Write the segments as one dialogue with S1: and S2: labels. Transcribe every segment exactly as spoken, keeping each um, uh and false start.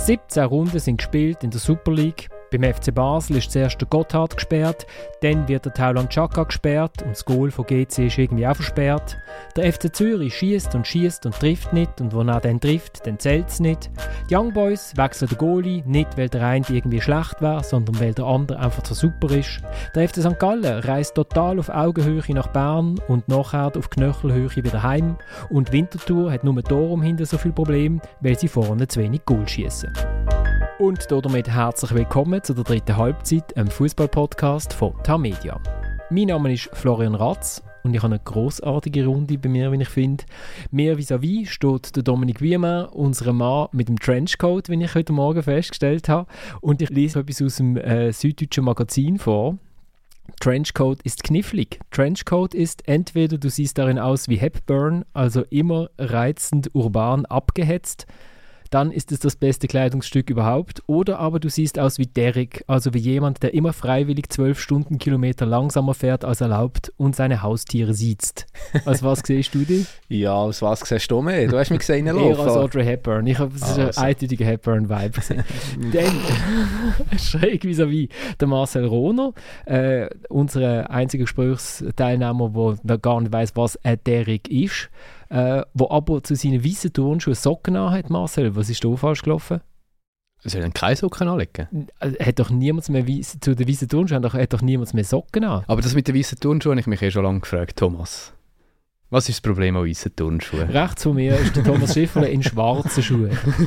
S1: siebzehn Runden sind gespielt in der Super League. Beim F C Basel ist zuerst der Gotthard gesperrt, dann wird der Taulant Xhaka gesperrt und das Goal von G C ist irgendwie auch versperrt. Der F C Zürich schießt und schießt und trifft nicht und wenn er dann trifft, dann zählt es nicht. Die Young Boys wechseln den Goalie, nicht weil der eine irgendwie schlecht war, sondern weil der andere einfach so super ist. Der F C Sankt Gallen reist total auf Augenhöhe nach Bern und nachher auf Knöchelhöhe wieder heim. Und Winterthur hat nur darum hinter so viele Probleme, weil sie vorne zu wenig Goal schießen. Und damit herzlich willkommen zu der dritten Halbzeit, einem Fußball-Podcast von Tamedia. Mein Name ist Florian Ratz und ich habe eine grossartige Runde bei mir, wie ich finde. Mir vis-à-vis steht der Dominik Wiemann, unser Mann mit dem Trenchcoat, wie ich heute Morgen festgestellt habe. Und ich lese etwas aus dem äh, Süddeutschen Magazin vor. Trenchcoat ist knifflig. Trenchcoat ist entweder du siehst darin aus wie Hepburn, also immer reizend urban abgehetzt, dann ist es das beste Kleidungsstück überhaupt. Oder aber du siehst aus wie Derek, also wie jemand, der immer freiwillig zwölf Stundenkilometer langsamer fährt als erlaubt und seine Haustiere siezt. Als was siehst du dich?
S2: Ja, als was siehst du mehr? Du hast mich gesehen
S1: reinlaufen. Eher als Audrey Hepburn. Ich habe
S2: ah,
S1: ein also. eindeutiger Hepburn-Vibe gesehen. Dann, schräg vis-à-vis, der Marcel Rohner, äh, unser einziger Gesprächsteilnehmer, der gar nicht weiss, was ein Derek ist. Äh, wo aber zu seinen weißen Turnschuhen Socken anhat, Marcel. Was ist da falsch gelaufen?
S2: Soll er keine Socken anlegen?
S1: Hat doch niemand mehr weiss, zu den weißen Turnschuhen hat doch niemand mehr Socken an.
S2: Aber das mit den weißen Turnschuhen habe ich mich eh schon lange gefragt, Thomas. Was ist das Problem an weißen Turnschuhen?
S1: Rechts von mir ist der Thomas Schifferle in schwarzen Schuhen.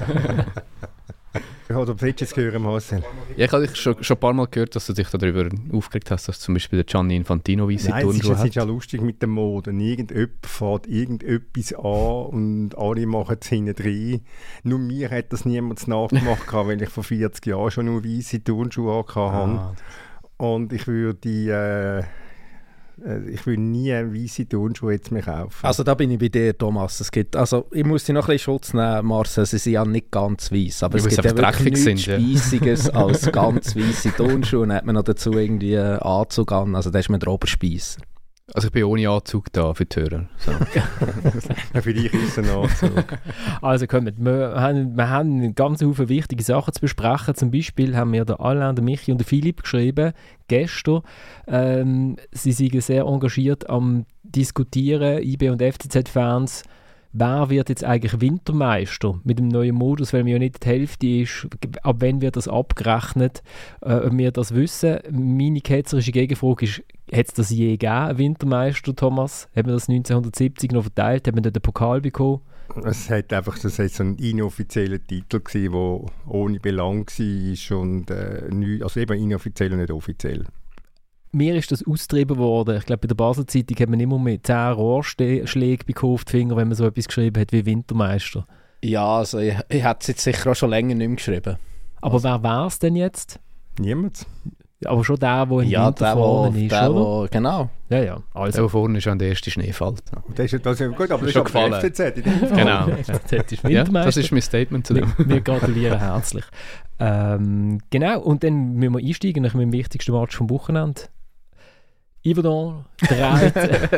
S3: Ich habe den jetzt hören, Marcel.
S2: Ja, ich habe dich schon, schon ein paar Mal gehört, dass du dich darüber aufgeregt hast, dass zum Beispiel der Gianni Infantino weiße Turnschuhe hat.
S3: Nein, es ist ja lustig mit der Mode. Irgendjemand fährt irgendetwas an und alle machen es hinten rein. Nur mir hat das niemand nachgemacht, weil ich vor vierzig Jahren schon nur weiße Turnschuhe hatte. Ah. Und ich würde äh, Ich will nie weisse Turnschuhe jetzt mehr kaufen.
S4: Also da bin ich bei dir, Thomas. Es gibt, also ich muss dich noch ein bisschen Schutz nehmen, Marcel. Sie sind ja nicht ganz weiss. Aber
S2: ich
S4: es gibt ja wirklich nichts Speissiges
S2: ja.
S4: als ganz weisse Turnschuhe. Dann hat man noch dazu irgendwie einen Anzug an. Also da ist man der Oberspeiser.
S2: Also ich bin ohne Anzug da für die Hörer. So.
S3: Für dich ist es ein Anzug.
S1: Also kommt, wir haben, wir haben ganz viele wichtige Sachen zu besprechen. Zum Beispiel haben mir der Alain, der Michi und der Philipp geschrieben, gestern. Ähm, sie sind sehr engagiert am Diskutieren, I B und F C Z-Fans, wer wird jetzt eigentlich Wintermeister mit dem neuen Modus, weil mir ja nicht die Hälfte ist, ab wann wird das abgerechnet, äh, ob wir das wissen. Meine ketzerische Gegenfrage ist, hat es das je gegeben, einen Wintermeister, Thomas? Hat man das neunzehnhundertsiebzig noch verteilt? Hat man dort den Pokal bekommen?
S3: Es hat einfach das hat so ein inoffizieller Titel gewesen, der ohne Belang war und äh, nicht, also eben inoffiziell und nicht offiziell.
S1: Mir ist das austrieben worden. Ich glaube, bei der Basel-Zeitung hat man immer mit zehn Rohrschlägen gekauft, Finger, wenn man so etwas geschrieben hat wie Wintermeister.
S4: Ja, also ich, ich hätte es jetzt sicher auch schon länger nicht mehr geschrieben.
S1: Aber also. Wer war es denn jetzt?
S3: Niemand.
S1: Aber schon der, der in
S4: ja,
S1: Winter
S4: der,
S1: vorne ist,
S4: der,
S1: oder?
S4: Wo, genau.
S1: Ja, ja. Also.
S2: Der, der vorne ist, an der ersten Schnee fällt.
S3: Das ist, das ist gut, aber das
S2: schon
S3: ist
S2: gefallen.
S3: F C Z.
S2: Genau.
S1: F C Z ist
S2: ja, das ist mein Statement zu dem.
S1: Wir, wir gratulieren herzlich. Ähm, genau, und dann müssen wir einsteigen nach dem wichtigsten Match vom Wochenende. Yverdon dreht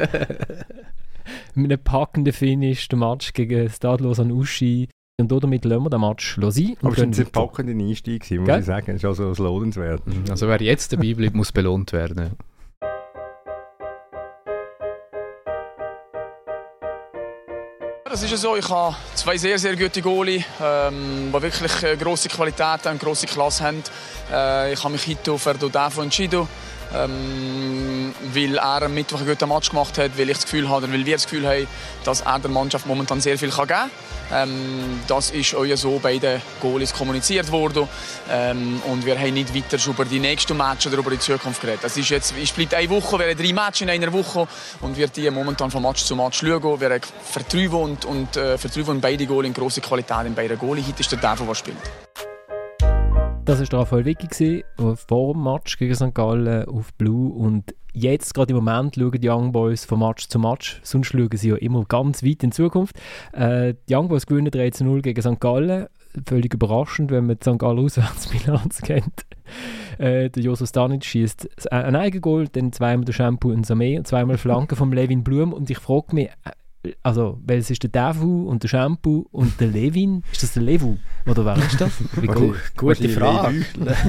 S1: mit einem packenden Finish den Match gegen Stade Lausanne-Ouchy. Und damit lassen wir den Match sein.
S3: Aber es war ein packender Einstieg, muss Gell? ich sagen. Das ist also lohnenswert.
S2: Also wer jetzt dabei bleibt, muss belohnt werden.
S5: Das ist ja so, ich habe zwei sehr, sehr gute Goalie, ähm, die wirklich äh, grosse Qualität und grosse Klasse haben. Äh, ich habe mich heute für Dodavo entschieden. Ähm, weil er am Mittwoch einen guten Match gemacht hat, weil ich das Gefühl habe, oder weil wir das Gefühl haben, dass er der Mannschaft momentan sehr viel geben kann. Ähm, das ist auch so bei den Goalies kommuniziert worden. Ähm, und wir haben nicht weiter schon über die nächsten Matches oder über die Zukunft geredet. Es ist jetzt, es bleibt eine Woche, wir haben drei Matches in einer Woche und wir die momentan von Match zu Match schauen. Wir vertrauen und, und äh, vertrauen beide Goalies in grosse Qualität in beiden Goalies. Heute ist der Davo, der spielt.
S1: Das war Raphael Vicky vor dem Match gegen Sankt Gallen auf Blue. Und jetzt, gerade im Moment, schauen die Young Boys von Match zu Match. Sonst schauen sie ja immer ganz weit in Zukunft. Äh, die Young Boys gewinnen drei zu null gegen Sankt Gallen. Völlig überraschend, wenn man die Sankt Gallen Auswärtsbilanz kennt. Äh, der Joso Stanic schießt ein Eigengoal, dann zweimal der Shampoo und Samé und zweimal Flanken von Levin Blum. Und ich frage mich, Also, weil es ist der Devu und der Shampoo und der Levin. Ist das der Levu? Oder wer ist das? Wie
S4: Gu- Gute Frage.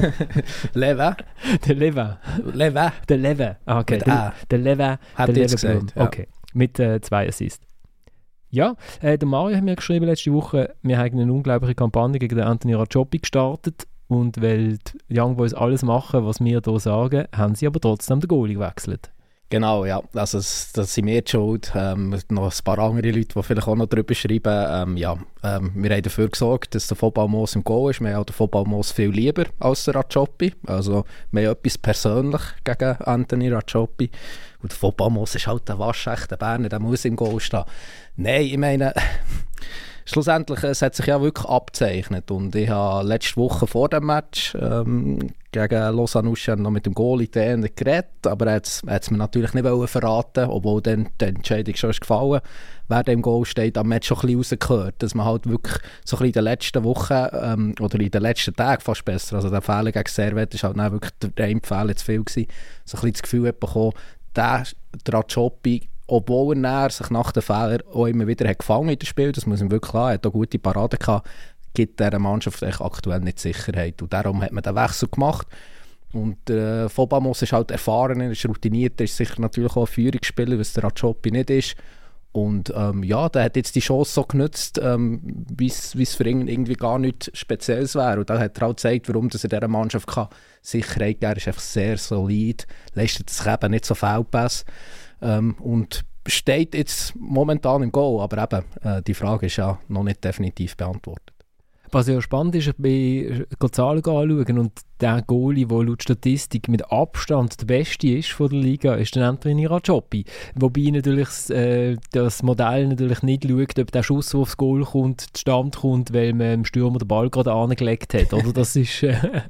S4: Leva?
S1: Der Leva.
S4: Leva?
S1: Der Leva. Ah, okay.
S4: Mit
S1: Der,
S4: A.
S1: der Leva.
S4: Hat
S1: der
S4: jetzt
S1: Leverblum.
S4: gesagt, ja.
S1: Okay. Mit äh, zwei Assists. Ja, äh, der Mario hat mir geschrieben letzte Woche, wir haben eine unglaubliche Kampagne gegen den Anthony Rajopi gestartet. Und weil die Young Boys alles machen, was wir hier sagen, haben sie aber trotzdem den Goalie gewechselt.
S4: Genau, ja. Also das, das sind wir die schuld. Ähm, noch ein paar andere Leute, die vielleicht auch noch darüber schreiben. Ähm, ja, ähm, wir haben dafür gesorgt, dass der Football-Moos im Goal ist. Wir haben auch den Football-Moos viel lieber als der Rajopi. Also wir haben etwas persönlich gegen Anthony Rajopi. Und der Football-Moos ist halt der waschechte Berner, der muss im Goal stehen. Nein, ich meine... Schlussendlich, es hat sich ja wirklich abgezeichnet und ich habe letzte Woche vor dem Match ähm, gegen Lausanne noch mit dem Goalie geredet, aber er hat es mir natürlich nicht verraten, obwohl dann die Entscheidung schon ist gefallen, wer da im Goal steht. Aber man hat schon ein bisschen rausgehört, dass man halt wirklich so ein bisschen in den letzten Wochen ähm, oder in den letzten Tagen fast besser, also der Fehler gegen Servette ist halt dann wirklich der eine Fehler zu viel gewesen, so ein bisschen das Gefühl hat bekommen, der Rajopi, obwohl er sich nach den Fehlern auch immer wieder hat gefangen in das Spiel, das muss man wirklich klar, er hat auch gute Paraden gehabt, gibt dieser Mannschaft aktuell nicht Sicherheit. Und darum hat man den Wechsel gemacht. Und der äh, Football-Moos ist halt erfahren, ist routiniert, ist sicher natürlich auch ein Führungsspieler, was der Rajopi nicht ist. Und ähm, ja, der hat jetzt die Chance so genutzt, ähm, wie es für ihn irgendwie gar nichts Spezielles wäre. Und da hat er auch gezeigt, warum dass er dieser Mannschaft kann Sicherheit geben kann. Er ist einfach sehr solid, leistet sich eben nicht so Fehlpässe. Ähm, und steht jetzt momentan im Goal, aber eben, äh, die Frage ist ja noch nicht definitiv beantwortet.
S1: Was ja spannend ist, ich bin die Zahlen anschauen und der Goalie, der laut Statistik mit Abstand der Beste ist von der Liga, ist der Anthony Rajopi. Wobei natürlich äh, das Modell natürlich nicht schaut, ob der Schuss, der aufs Goal kommt, zustande kommt, weil man dem Stürmer den Ball gerade angelegt hat. Oder? Das ist... Äh,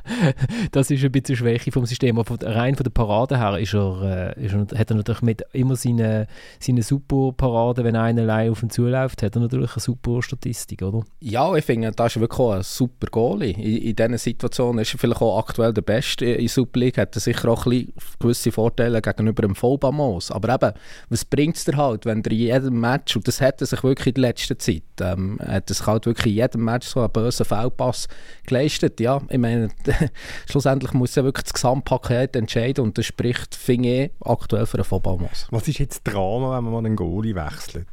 S1: das ist ein bisschen Schwäche vom System. Aber rein von der Parade her ist er, äh, ist er, hat er natürlich mit immer seine, seine super Parade, wenn einer allein auf ihn zuläuft, hat er natürlich eine super Statistik, oder?
S4: Ja, ich finde, das ist wirklich auch ein super Goalie. In, in diesen Situationen ist er vielleicht auch aktuell der Beste in der Super League, hat er sicher auch ein bisschen gewisse Vorteile gegenüber dem Vollballmoos. Aber eben, was bringt es dir halt, wenn er in jedem Match, und das hat er sich wirklich in der letzten Zeit, ähm, hat er sich halt wirklich in jedem Match so einen bösen Foulpass geleistet. Ja, ich meine, schlussendlich muss ja wirklich das Gesamtpaket entscheiden und das spricht, finde ich, aktuell für einen Football-Moos.
S3: Was ist jetzt Drama, wenn man mal einen Goalie wechselt?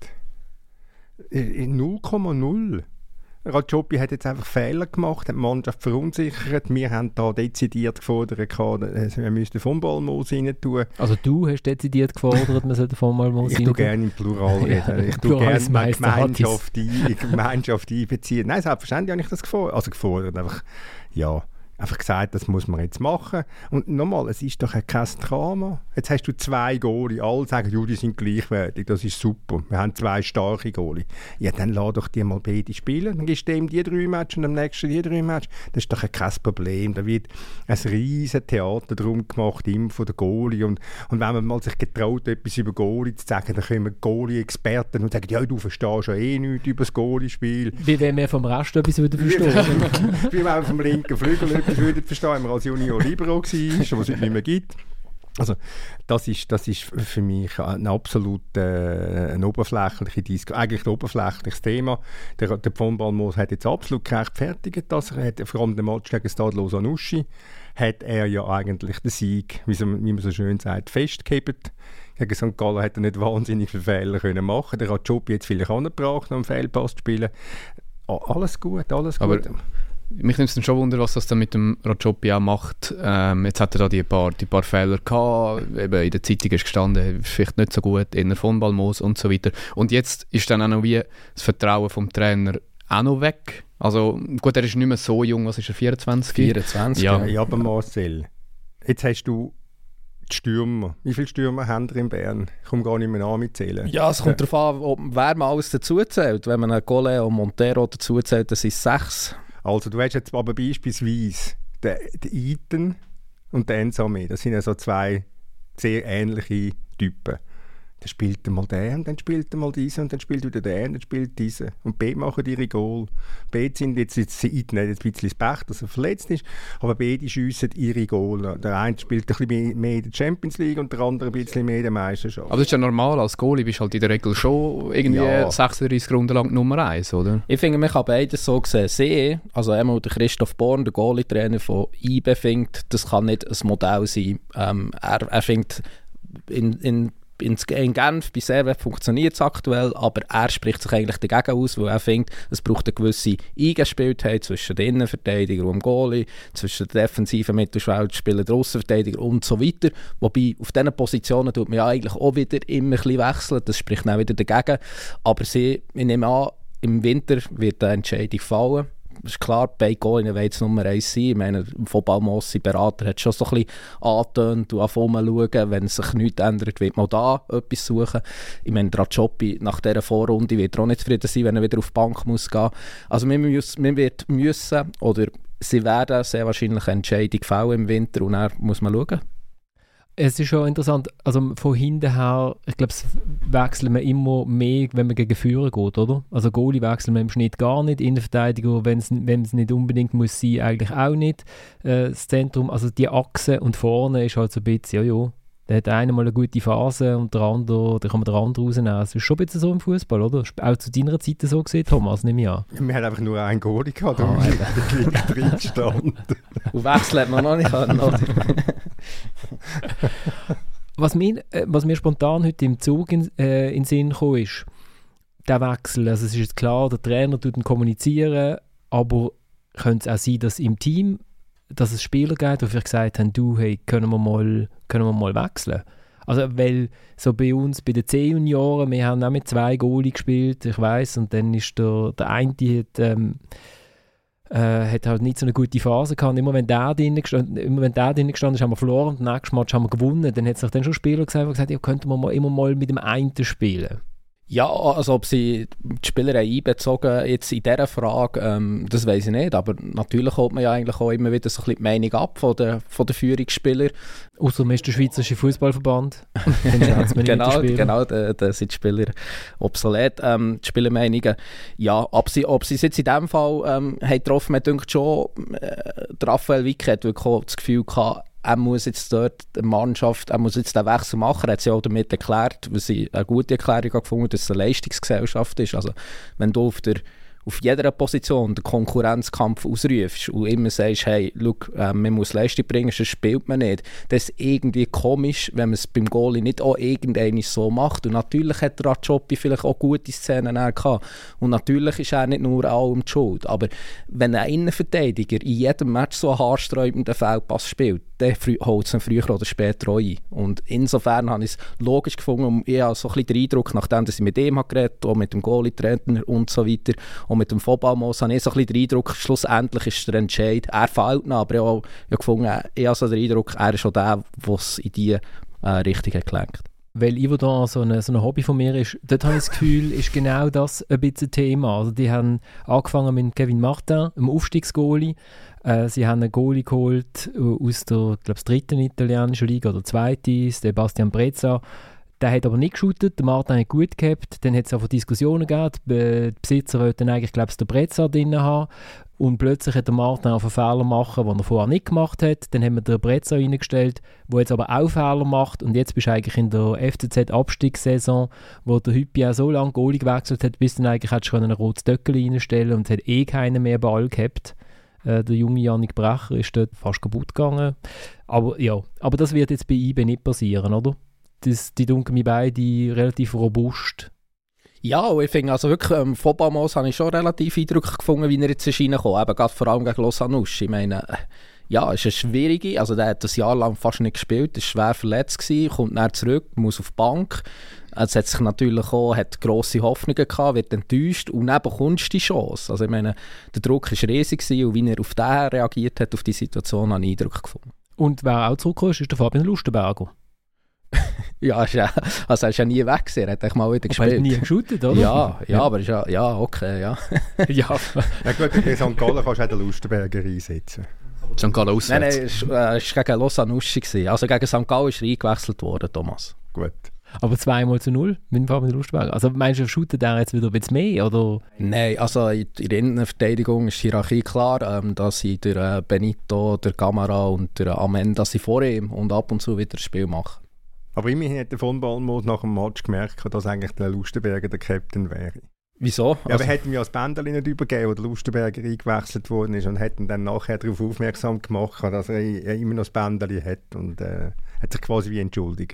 S3: null Komma null. Rajopi hat jetzt einfach Fehler gemacht, hat die Mannschaft verunsichert. Wir haben da dezidiert gefordert, wir müssten den Football-Moos rein tun.
S1: Also du hast dezidiert gefordert, man sollte den Football-Moos rein
S3: tun? Ich tue gerne im Plural reden. Ich tue gerne die Gemeinschaft, ein, Gemeinschaft einbeziehen. Nein, selbstverständlich habe ich das gefordert. Also gefordert, einfach, ja... Einfach gesagt, das muss man jetzt machen. Und nochmal, es ist doch kein Drama. Jetzt hast du zwei Goalie, alle sagen, ja, die sind gleichwertig, das ist super. Wir haben zwei starke Goalie. Ja, dann lass doch die mal beide spielen. Dann gibst du dem die drei Matches und am nächsten die drei Matches. Das ist doch kein Problem. Da wird ein riesen Theater darum gemacht, immer von der Goalie. Und, und wenn man mal sich getraut, etwas über Goalie zu sagen, dann kommen Goalie-Experten und sagen, ja, du verstehst ja eh nichts über das Goalie-Spiel.
S1: Wie wenn wir vom Rest etwas verstehen.
S3: Wie wenn wir vom linken Flügel ich würde verstehen, als Junior Libero war, was es nicht mehr gibt. Also, das ist, das ist für mich ein absolut äh, ein oberflächliche Dis- eigentlich ein oberflächliches Thema. Der, der Football-Moos hat jetzt absolut gerechtfertigt, dass er hat, vor allem den Match gegen Stade Lausanne hat er ja eigentlich den Sieg, wie, so, wie man so schön sagt, festgehebt. Gegen Sankt Gallen hat er nicht wahnsinnig viele Fehler können machen. Der hat Job jetzt vielleicht angebracht, um einen Fehlpass zu spielen. Alles gut, alles gut.
S2: Aber mich nimmt es dann schon Wunder, was das dann mit dem Rajopi auch macht. Ähm, jetzt hat er da die paar, die paar Fehler gehabt. Eben in der Zeitung ist gestanden, vielleicht nicht so gut, eher Football-Moos und so weiter. Und jetzt ist dann auch noch wie das Vertrauen vom Trainer auch noch weg. Also gut, er ist nicht mehr so jung, was ist er, vierundzwanzig?
S4: vierundzwanzig,
S2: ja.
S3: Ja, aber Marcel, jetzt hast du die Stürmer. Wie viele Stürmer haben wir in Bern? Ich komme gar nicht mehr an mitzählen.
S4: Ja, es kommt darauf an, ob, wer man alles dazu zählt. Wenn man einen Gole und Montero dazu zählt, dann sind es sechs.
S3: Also du hast jetzt aber beispielsweise den, den Iten und den Ensame. Das sind ja so zwei sehr ähnliche Typen. Dann spielt er mal der und dann spielt er mal diese und dann spielt wieder der und dann spielt diese. Und B machen ihre Goal. B sind jetzt, jetzt, jetzt ein bisschen das Pech, dass er verletzt ist, aber beide schiessen ihre Goal. Der eine spielt ein bisschen mehr in der Champions League und der andere ein bisschen mehr in der Meisterschaft.
S2: Aber das ist ja normal, als Goalie bist du halt in der Regel schon irgendwie
S3: Ja.
S2: sechsunddreißig Runden lang Nummer eins, oder?
S4: Ich finde, man kann beides so sehen. Sie, also einmal der Christoph Born, der Goalie-Trainer von I B E, findet, das kann nicht ein Modell sein. Ähm, er, er findet, in, in In, in Genf bei Servet funktioniert es aktuell, aber er spricht sich eigentlich dagegen aus, weil er findet, es braucht eine gewisse Eingespieltheit zwischen den Innenverteidiger und dem Goalie, zwischen den defensiven Mittelfeldspielern, den Aussenverteidiger und so weiter. Wobei auf diesen Positionen tut man ja eigentlich auch wieder immer ein bisschen wechseln, das spricht dann wieder dagegen. Aber sie, ich nehme an, im Winter wird eine Entscheidung fallen. Es ist klar, bei Goalien will es Nummer eins sein. Ich meine, von Balmos, sein Berater, hat schon so ein bisschen angetönt und angefangen zu schauen, wenn sich nichts ändert, wird man da etwas suchen. Ich meine, Rajopi nach dieser Vorrunde wird auch nicht zufrieden sein, wenn er wieder auf die Bank muss gehen. Also wir müssen, wir wird müssen, oder sie werden sehr wahrscheinlich eine Entscheidung fällen im Winter und dann muss man schauen.
S1: Es ist schon interessant, also von hinten her, ich glaube, es wechseln wir immer mehr, wenn man gegen Führer geht, oder? Also Goalie wechseln wir im Schnitt gar nicht, Innenverteidiger, wenn es nicht unbedingt muss sein, eigentlich auch nicht. Äh, das Zentrum, also die Achse und vorne ist halt so ein bisschen, ja, ja, da hat einer mal eine gute Phase und der andere, da kann man den anderen rausnehmen. Es ist schon ein bisschen so im Fußball, oder? Auch zu deiner Zeit so gesehen, Thomas, nehme ich an.
S3: Wir haben einfach nur einen Goalie gehabt, da
S1: Ah,
S3: oh, liegt drin stand.
S4: Und wechseln hat man noch nicht können, oder?
S1: Was mir, äh, was mir spontan heute im Zug in, äh, in den Sinn kam, ist, der Wechsel, also es ist jetzt klar, der Trainer tut ihn kommunizieren, aber könnte es auch sein, dass im Team, dass es Spieler gibt, die vielleicht gesagt haben, du, hey, können wir mal, können wir mal wechseln? Also, weil so bei uns, bei den C-Junioren, wir haben auch mit zwei Goalie gespielt, ich weiss, und dann ist der, der eine, die hat, ähm, äh, hat halt nicht so eine gute Phase gehabt. Immer wenn der drin gestanden, immer wenn der drin gestanden ist, haben wir verloren und nächstes Match haben wir gewonnen. Dann hat es dann schon Spieler gesagt, die gesagt haben, ja, könnten wir mal, immer mal mit dem einen spielen.
S4: Ja, also ob sie die Spieler einbezogen jetzt in dieser Frage, ähm, das weiß ich nicht, aber natürlich holt man ja eigentlich auch immer wieder so ein bisschen die Meinung ab von den, von den Führungsspielern.
S1: Außer man ist der Schweizerische Fußballverband.
S4: Genau, genau, da, da sind die Spieler obsolet, ähm, die Spielermeinungen. Ja, ob sie, ob sie es jetzt in diesem Fall ähm, haben getroffen, man denkt schon, äh, Raphael Wick hat wirklich auch das Gefühl gehabt, er muss jetzt dort die Mannschaft, er muss jetzt den Wechsel machen. Er hat sich auch damit erklärt, weil sie eine gute Erklärung gefunden hat, dass es eine Leistungsgesellschaft ist. Also wenn du auf der auf jeder Position den Konkurrenzkampf ausrufst und immer sagst, hey, look, äh, man muss Leistung bringen, sonst spielt man nicht. Das ist irgendwie komisch, wenn man es beim Goalie nicht auch irgendwann so macht. Und natürlich hat Rajopi vielleicht auch gute Szenen gehabt. Und natürlich ist er nicht nur allem die Schuld. Aber wenn ein Innenverteidiger in jedem Match so einen haarsträubenden Feldpass spielt, dann holt es ihn früher oder später auch ein. Und insofern habe ich es logisch gefunden und ich habe so ein bisschen den Eindruck, nachdem ich mit ihm geredet habe, auch mit dem Goalie-Trainer und so weiter, und mit dem Fobalmos, habe ich so ein bisschen den Eindruck, schlussendlich ist der Entscheid, er fehlt noch, aber ich habe, ich habe gefunden, ich habe so den Eindruck, er ist schon der, der es in diese äh, Richtung hat gelenkt.
S1: Weil Yverdon so ein so eine Hobby von mir ist, dort habe ich das Gefühl, ist genau das ein bisschen Thema. Also die haben angefangen mit Kevin Martin, einem Aufstiegsgoalie. Äh, sie haben einen Goalie geholt aus der, ich glaube, dritten italienischen Liga oder zweite, Sebastian Brezza. Der hat aber nicht geshootet, der Martin hat gut gehabt. Dann hat es einfach Diskussionen gegeben. Die Besitzer wollten eigentlich, glaube ich, den Brezza drin haben. Und plötzlich hat der Martin auf einen Fehler machen, den er vorher nicht gemacht hat. Dann haben wir den Brezza reingestellt, der jetzt aber auch Fehler macht. Und jetzt bist du eigentlich in der F C Z-Abstiegssaison, wo der Hüppi auch so lange Goalie gewechselt hat, bis dann eigentlich hättest du einen rotes Döckel reinstellen und es hat eh keinen mehr Ball gehabt. Äh, der junge Jannik Brecher ist dort fast kaputt gegangen. Aber ja, aber das wird jetzt bei I B E nicht passieren, oder? Das, die dunkeln mir beide relativ robust.
S4: Ja, und ich finde, also wirklich, ähm, von Balmos habe ich schon relativ eindrücklich gefunden, wie er jetzt ist reingekommen, eben gerade vor allem gegen Lausanne-Usch. Ich meine, äh, ja, es ist eine schwierige, also der hat ein Jahr lang fast nicht gespielt, ist schwer verletzt gewesen, kommt dann zurück, muss auf die Bank. Es hat sich natürlich auch, hat grosse Hoffnungen gehabt, wird enttäuscht und dann bekommst du die Chance. Also ich meine, der Druck war riesig gewesen, und wie er auf den reagiert hat, auf die Situation, habe ich Eindruck gefunden.
S1: Und wer auch zurückgekommen ist, ist der Fabian Lustenberger.
S4: Ja, ist ja, also er ist ja nie weg gewesen, er hat eigentlich mal wieder gespielt.
S1: Aber er hat nie geshootet, oder?
S4: Ja, ja, ja, aber ist ja, ja, okay, ja.
S1: ja.
S3: Ja gut, in Sankt Gallen kannst du auch den Lustenberger einsetzen.
S2: Sankt Gallen auswärts.
S4: Nein, nein, es war äh, gegen Lausanne-Uschi. Also gegen Sankt Gallen ist er eingewechselt worden, Thomas.
S3: Gut.
S1: Aber zweimal zu null mit dem Fabian Lustenberger. Also meinst du, shootet der jetzt wieder ein bisschen mehr? Oder?
S4: Nein, also in der Innenverteidigung ist die Hierarchie klar. Ähm, da sind der äh, Benito, der Camara und der Amenda sind vor ihm und ab und zu wieder das Spiel machen.
S3: Aber immerhin hat der von Balmos nach dem Match gemerkt, dass eigentlich der Lustenberger der Captain wäre.
S4: Wieso?
S3: Ja, also, aber hätten wir das Bändchen nicht übergeben, wo der Lustenberger eingewechselt worden ist, und hätten dann nachher darauf aufmerksam gemacht, dass er immer noch das Bändchen hat, und äh, hat sich quasi wie entschuldigt.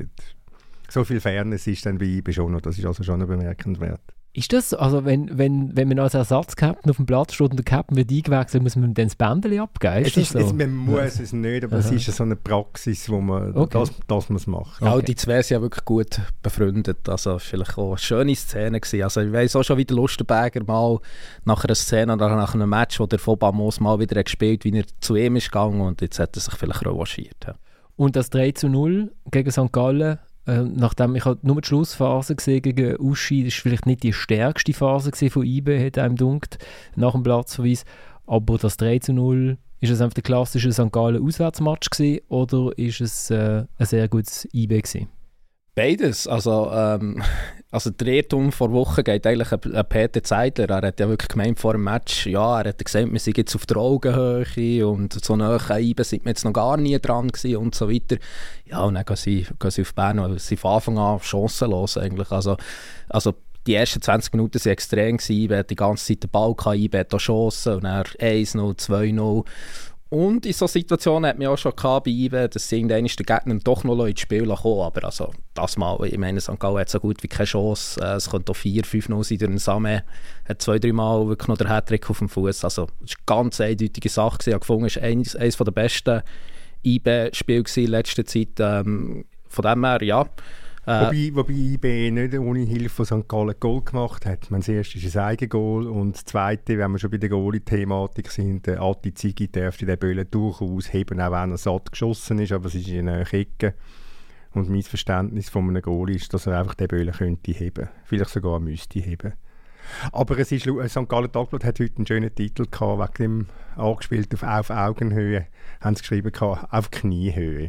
S3: So viel Fairness ist dann bei I B schon noch, das ist also schon bemerkenswert.
S1: Ist das, also wenn, wenn, wenn man als Ersatzkapitän auf dem Platz steht und der Captain wird eingewechselt, muss man dann das Bändchen abgeben? Ist
S3: es ist,
S1: das so?
S3: es, man muss es nicht, aber Aha. es ist so eine Praxis, wo man
S1: okay.
S3: das, das muss machen.
S4: Ja,
S1: okay.
S4: die zwei sind ja wirklich gut befreundet, also vielleicht auch eine schöne Szene gewesen. Also ich weiss auch schon, wie der Lustenberger mal nach einer Szene oder nach einem Match, wo der von Balmos mal wieder gespielt hat, wie er zu ihm ist gegangen, und jetzt hat er sich vielleicht revanchiert. Ja.
S1: Und das drei zu null gegen Sankt Gallen, Äh, nachdem ich halt nur die Schlussphase gesehen gegen Uschi, das war vielleicht nicht die stärkste Phase von I B, hat einem gedunkt, nach dem Platzverweis. Aber das drei zu null, ist es einfach der klassische Sankt Gallen Auswärtsmatch gewesen, oder ist es äh, ein sehr gutes I B gewesen?
S4: Beides. Also, ähm, also der Irrtum vor Wochen geht eigentlich an, an Peter Zeidler. Er hat ja wirklich gemeint vor dem Match, ja, er hat gesagt, wir sind jetzt auf der Augenhöhe und so nahe an I B sind wir jetzt noch gar nie dran gewesen und so weiter. Ja, und dann gehen sie, gehen sie auf Bern, weil sie von Anfang an chancenlos eigentlich. Also, also die ersten zwanzig Minuten waren extrem gewesen. I B hat die ganze Zeit den Ball gehabt, I B hat auch Chancen, und dann eins null, zwei null. Und in solchen Situationen hat man auch schon gehabt bei I B, dass sie irgendwann den Gegner doch noch ins Spiel kommen. Aber also, das Mal, ich meine, Sankt Gallen hat so gut wie keine Chance. Es könnte auch vier fünf null sein durch den Samen. Hat zwei, drei Mal wirklich noch den Hattrick auf dem Fuß. Also, das war eine ganz eindeutige Sache. Ich habe gefunden, es war eines, eines der besten I B-Spiele in letzter Zeit. Ähm, von dem her, ja. Äh,
S3: wobei, wobei I B nicht ohne Hilfe von Sankt Gallen ein Goal gemacht hat. Das erste ist ein Eigengoal, und das zweite, wenn wir schon bei der Goalie-Thematik sind, der Atti Zigi dürfte den Böllen durchaus heben, auch wenn er satt geschossen ist, aber es ist in einer Ecke. Und mein Verständnis von einem Goalie ist, dass er einfach den Böllen könnte heben. Vielleicht sogar müsste heben. Aber es ist, Sankt Gallen Tagblatt hat heute einen schönen Titel gehabt, wegen dem angespielt auf, auf Augenhöhe, haben sie geschrieben, auf Kniehöhe.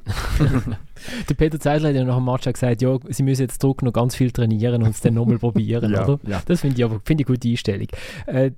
S1: Der Peter Zeidler hat ja nach dem Match gesagt, ja, sie müssen jetzt Druck noch ganz viel trainieren und es dann nochmal probieren,
S3: ja,
S1: oder?
S3: Ja.
S1: Das finde ich aber find ich eine gute Einstellung. Äh,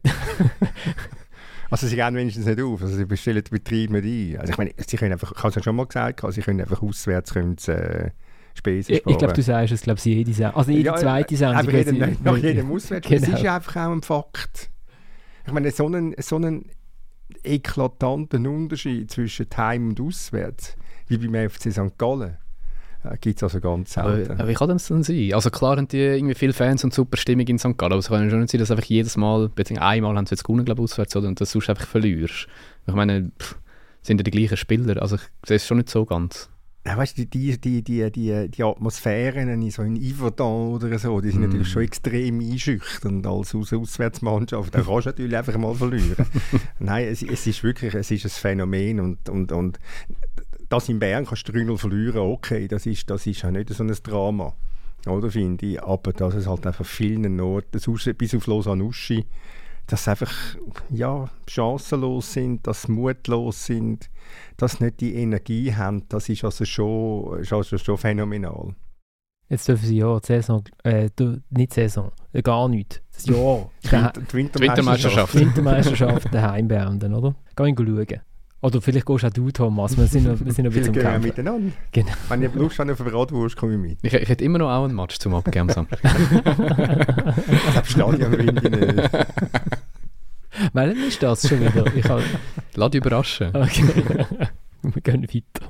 S3: also sie gehen wenigstens nicht auf, also sie bestellen die Betriebe nicht ein. Also ich meine, sie können einfach, ich habe es ja schon mal gesagt, sie können einfach auswärts können sie, äh, Spesen sparen.
S1: Ich glaube, du sagst es, glaube ich, jede Sendung. Also jede
S3: ja,
S1: zweite Sendung.
S3: Aber jeden, sie, nach jedem Auswärtsspiel.
S1: Genau.
S3: Das ist einfach auch ein Fakt. Ich meine, so einen, so einen eklatanten Unterschied zwischen Heim und Auswärts, wie beim F C Sankt Gallen, äh, gibt es also ganz selten.
S2: Aber, aber wie kann das denn sein? Also klar haben die irgendwie viele Fans und super Stimmung in Sankt Gallen, aber es kann schon nicht sein, dass einfach jedes Mal, beziehungsweise einmal haben sie jetzt gewonnen, glaube ich, auswärts, oder, und dass du einfach verlierst. Ich meine, pff, sind ja die gleichen Spieler, also ich sehe es schon nicht so ganz.
S3: Ja, weißt du, die, die, die, die, die Atmosphären so in Yverdon oder so, die sind mm. natürlich schon extrem einschüchternd als Aus- Auswärtsmannschaft. Da kannst du natürlich einfach mal verlieren. Nein, es, es ist wirklich es ist ein Phänomen. Und, und, und das in Bern kannst du drei null verlieren, okay, das ist, das ist ja nicht so ein Drama, oder, finde ich. Aber dass es halt einfach vielen Orten, bis auf Lausanne-Uschi, dass sie einfach ja, chancenlos sind, dass sie mutlos sind, dass sie nicht die Energie haben, das ist also schon, ist also schon phänomenal.
S1: Jetzt dürfen sie ja die Saison, äh, nicht die Saison, äh, gar nicht, das Jahr.
S3: Die, Winter, die Wintermeisterschaft.
S1: Die Wintermeisterschaft daheim beenden, oder? Geh ihn schauen. Oder vielleicht gehst auch du, Thomas, wir sind noch, wir sind noch ein bisschen
S3: am Kämpfen. Miteinander.
S1: Genau.
S3: Wenn ihr Lust habt auf eine Bratwurst, komme ich mit.
S2: Ich, ich hätte immer noch auch einen Match zum Abgeben.
S3: Das Stadion finde ich nicht.
S1: Welchen ist das schon wieder? Ich kann...
S2: Lass dich überraschen.
S1: Okay. Wir gehen weiter.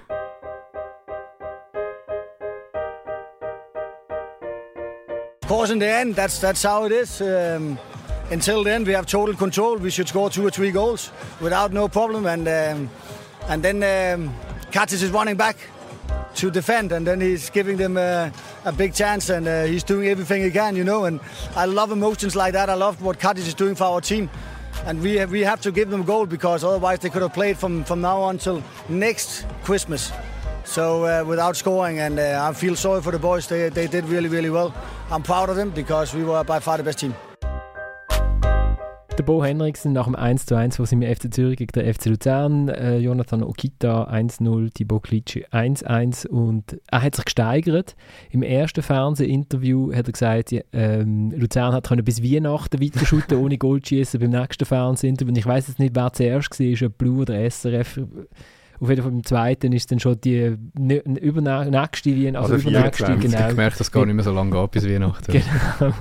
S6: Of course, in the end, that's that's how it is. Um, until then, we have total control. We should score two or three goals without no problem, and um, and then um, Katis is running back to defend, and then he's giving them uh, a big chance, and uh, he's doing everything he can, you know. And I love emotions like that. I love what Katis is doing for our team, and we have, we have to give them a goal, because otherwise they could have played from from now on till next Christmas. So uh, without scoring, and uh, I feel sorry for the boys. They they did really really well. I'm proud of them because we were by far the best team.
S1: Der Der Bo Henriksen nach dem eins zu eins, wo sie mit F C Zürich gegen den F C Luzern, äh, Jonathan Okita eins null, Thibaut Klitschi eins eins, und er hat sich gesteigert. Im ersten Fernsehinterview hat er gesagt, ähm, Luzern hat können bis Weihnachten weiterschuten ohne Goalschießen. Beim nächsten Fernsehinterview, ich weiss jetzt nicht, wer zuerst war, ob Blue oder S R F. Auf jeden Fall beim zweiten ist dann schon die übernächste Weihnachten, also, also übernächste, genau.
S2: Ich habe gemerkt, dass es gar nicht mehr so lange geht bis Weihnachten.
S1: Genau.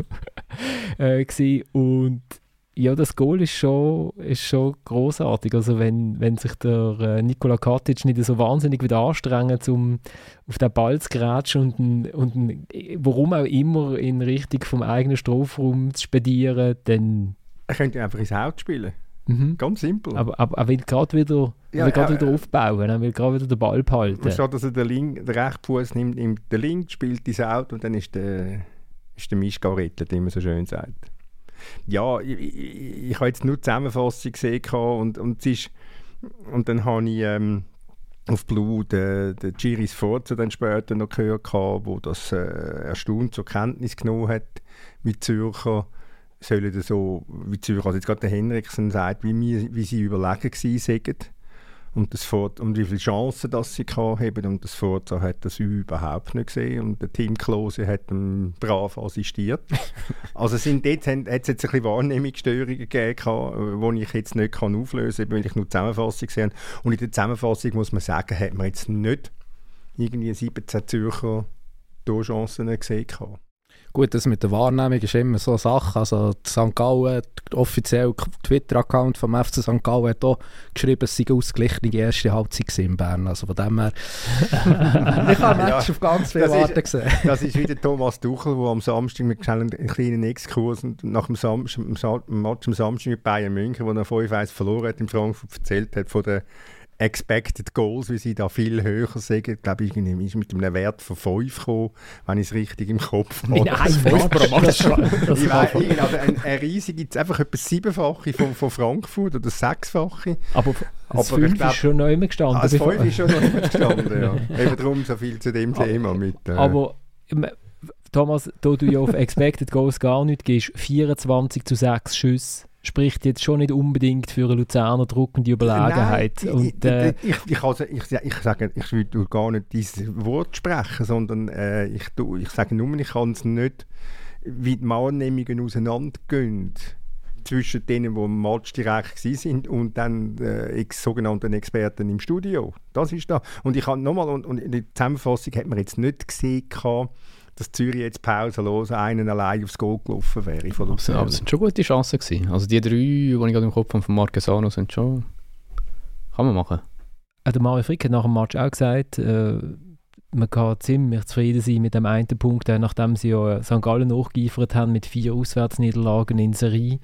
S1: äh, und ja, das Goal ist schon, ist schon grossartig. Also wenn, wenn sich der äh, Nikola Katic nicht so wahnsinnig wieder anstrengt, um auf den Ball zu grätschen und, und warum auch immer in Richtung vom eigenen Strafraum zu spedieren, dann...
S3: Er könnte einfach ins Haus spielen.
S1: Mhm.
S3: Ganz simpel.
S1: Aber, aber er will gerade wieder,
S3: ja,
S1: will
S3: äh,
S1: wieder aufbauen, er will gerade wieder den Ball behalten.
S3: Statt dass er den, Link, den rechten Fuß nimmt, nimmt den linken, spielt ins Auto und dann ist der, ist der Misch gerettet, wie man so schön sagt. Ja, ich, ich, ich habe jetzt nur die Zusammenfassung gesehen und, und, es ist, und dann habe ich ähm, auf Blue den, den Giri Sforza dann später noch gehört, wo das äh, erstaunt zur Kenntnis genommen hat mit Zürcher. Sollen so, wie Zürich, also jetzt gerade der Henriksen sagt, wie, wir, wie sie überlegen waren und, das Fort, und wie viele Chancen das sie haben, und das Forza hat das überhaupt nicht gesehen und der Tim Klose hat ihm brav assistiert. Also sind dort hat es jetzt ein bisschen Wahrnehmungsstörungen gegeben, die ich jetzt nicht kann auflösen kann, weil ich nur die Zusammenfassung gesehen habe. Und in der Zusammenfassung muss man sagen, hat man jetzt nicht irgendwie siebzehn Zürcher Torchancen gesehen.
S4: Gut, das mit der Wahrnehmung ist immer so eine Sache. Also Sankt Gallen, der offizielle Twitter-Account vom F C Sankt Gallen hat auch geschrieben, es sei ausgeglichene erste Halbzeit in Bern. Also von dem her, ich habe ein Match ja, auf ganz viele Warten gesehen.
S3: Das ist wieder Thomas Tuchel, der am Samstag mit einem kleinen Exkurs und nach dem, Sam- dem Match am Samstag mit Bayern München, wo er fünf eins verloren hat in Frankfurt, erzählt hat von der Expected Goals, wie sie da viel höher sagen. Ich glaube, ich bin mit einem Wert von fünf gekommen, wenn ich es richtig im Kopf habe.
S1: Nein, fünf pro Match.
S3: Ich weiß, also ein, ein riesig, gibt es einfach etwa siebenfache von, von Frankfurt oder sechsfache.
S1: Aber das Aber fünf glaub, ist schon noch immer gestanden.
S3: Ah, das fünf ist schon noch immer gestanden, ja. Eben darum so viel zu dem Thema. Mit, äh.
S1: Aber Thomas, da du ja auf Expected Goals gar nicht gehst, vierundzwanzig zu sechs Schüsse, spricht jetzt schon nicht unbedingt für eine Luzerner druckende Überlegenheit.
S3: Nein, und, äh, ich, ich, ich, also, ich, ich sage, ich will gar nicht dieses Wort sprechen, sondern äh, ich, ich sage nur, ich kann es nicht, wie die Wahrnehmungen auseinandergehen zwischen denen, die im Match direkt waren und dann äh, sogenannten Experten im Studio. Das ist da. Und ich habe nochmal, und, und in der Zusammenfassung hat man jetzt nicht gesehen, dass Zürich jetzt pausenlos einen allein aufs Goal gelaufen wäre. Von
S2: aber, aber es sind schon gute Chancen gewesen. Also die drei, die ich gerade im Kopf habe von Marquesano, sind schon... Kann man machen.
S1: Äh, der Mario Frick hat nach dem Match auch gesagt, äh, man kann ziemlich zufrieden sein mit dem einen Punkt, äh, nachdem sie ja Sankt Gallen nachgeliefert haben mit vier Auswärtsniederlagen in Serie.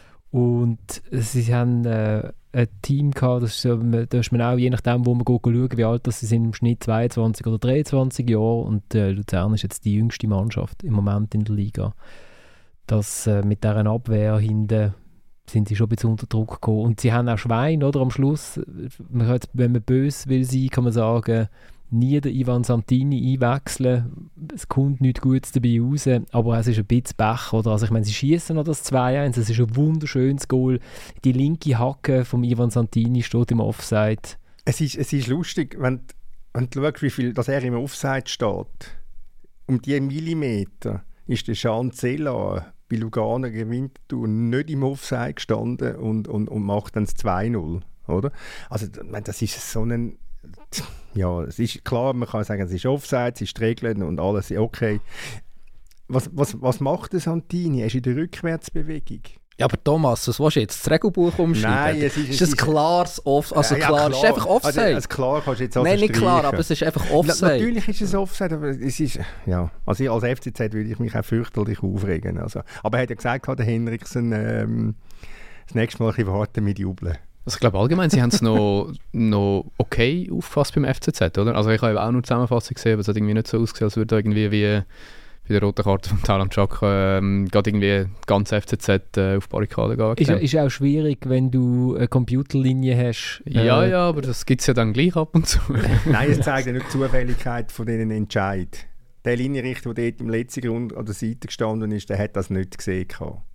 S1: Und sie haben äh, ein Team gehabt, das ist, so, da ist man auch, je nachdem, wo man schaut, wie alt das sie sind, im Schnitt zweiundzwanzig oder dreiundzwanzig Jahre, und äh, Luzern ist jetzt die jüngste Mannschaft im Moment in der Liga. Das, äh, mit dieser Abwehr hinten sind sie schon ein bisschen unter Druck gekommen. Und sie haben auch Schwein, oder? Am Schluss, man kann, wenn man böse will sein, kann man sagen, nie den Ivan Santini einwechseln. Es kommt nichts Gutes dabei raus, aber es ist ein bisschen Pech, oder? Also ich meine, sie schießen noch das zwei eins, es ist ein wunderschönes Goal. Die linke Hacke vom Ivan Santini steht im Offside.
S3: Es ist, es ist lustig, wenn, wenn du schaust, wie viel, dass er im Offside steht. Um die Millimeter ist der Jean Zella bei Lugano gewinnt nicht im Offside gestanden und, und, und macht dann das zwei null, oder? Also das ist so ein... Ja, es ist klar, man kann sagen, es ist Offside, es ist Regeln und alles okay. Was, was, was macht der Santini? Er ist in der Rückwärtsbewegung.
S4: Ja, aber Thomas, was willst du jetzt? Das Regelbuch umschreiben?
S3: Nein, es ist...
S4: Ist das klares Offside? Also
S3: ja,
S4: klar,
S3: klar,
S4: es ist einfach Offside.
S3: Also, also klar kannst du jetzt also
S4: Nein, nicht
S3: streichen.
S4: klar, aber es ist einfach Offside.
S3: Na, natürlich ist es Offside, aber es ist... Ja, also ich, als F C Z würde ich mich auch fürchterlich aufregen. Also, aber er hat ja gesagt, der Henriksen, ähm, das nächste Mal ein bisschen warten mit Jubeln.
S2: Also ich glaube allgemein, sie haben es noch, noch okay aufgefasst beim F C Z, oder? Also ich habe auch nur die Zusammenfassung gesehen, aber es hat irgendwie nicht so ausgesehen, als würde da irgendwie wie bei der roten Karte von Talan Chak ähm, gerade irgendwie ganz F C Z äh, auf Barrikaden gehen.
S1: Ist, ist auch schwierig, wenn du eine Computerlinie hast.
S2: Äh, ja, ja, aber das gibt es ja dann gleich ab und zu.
S3: Nein, es zeigt ja nicht die Zufälligkeit von diesen Entscheid. Der Linienrichter, der dort im letzten Grund an der Seite gestanden ist, der hat das nicht gesehen.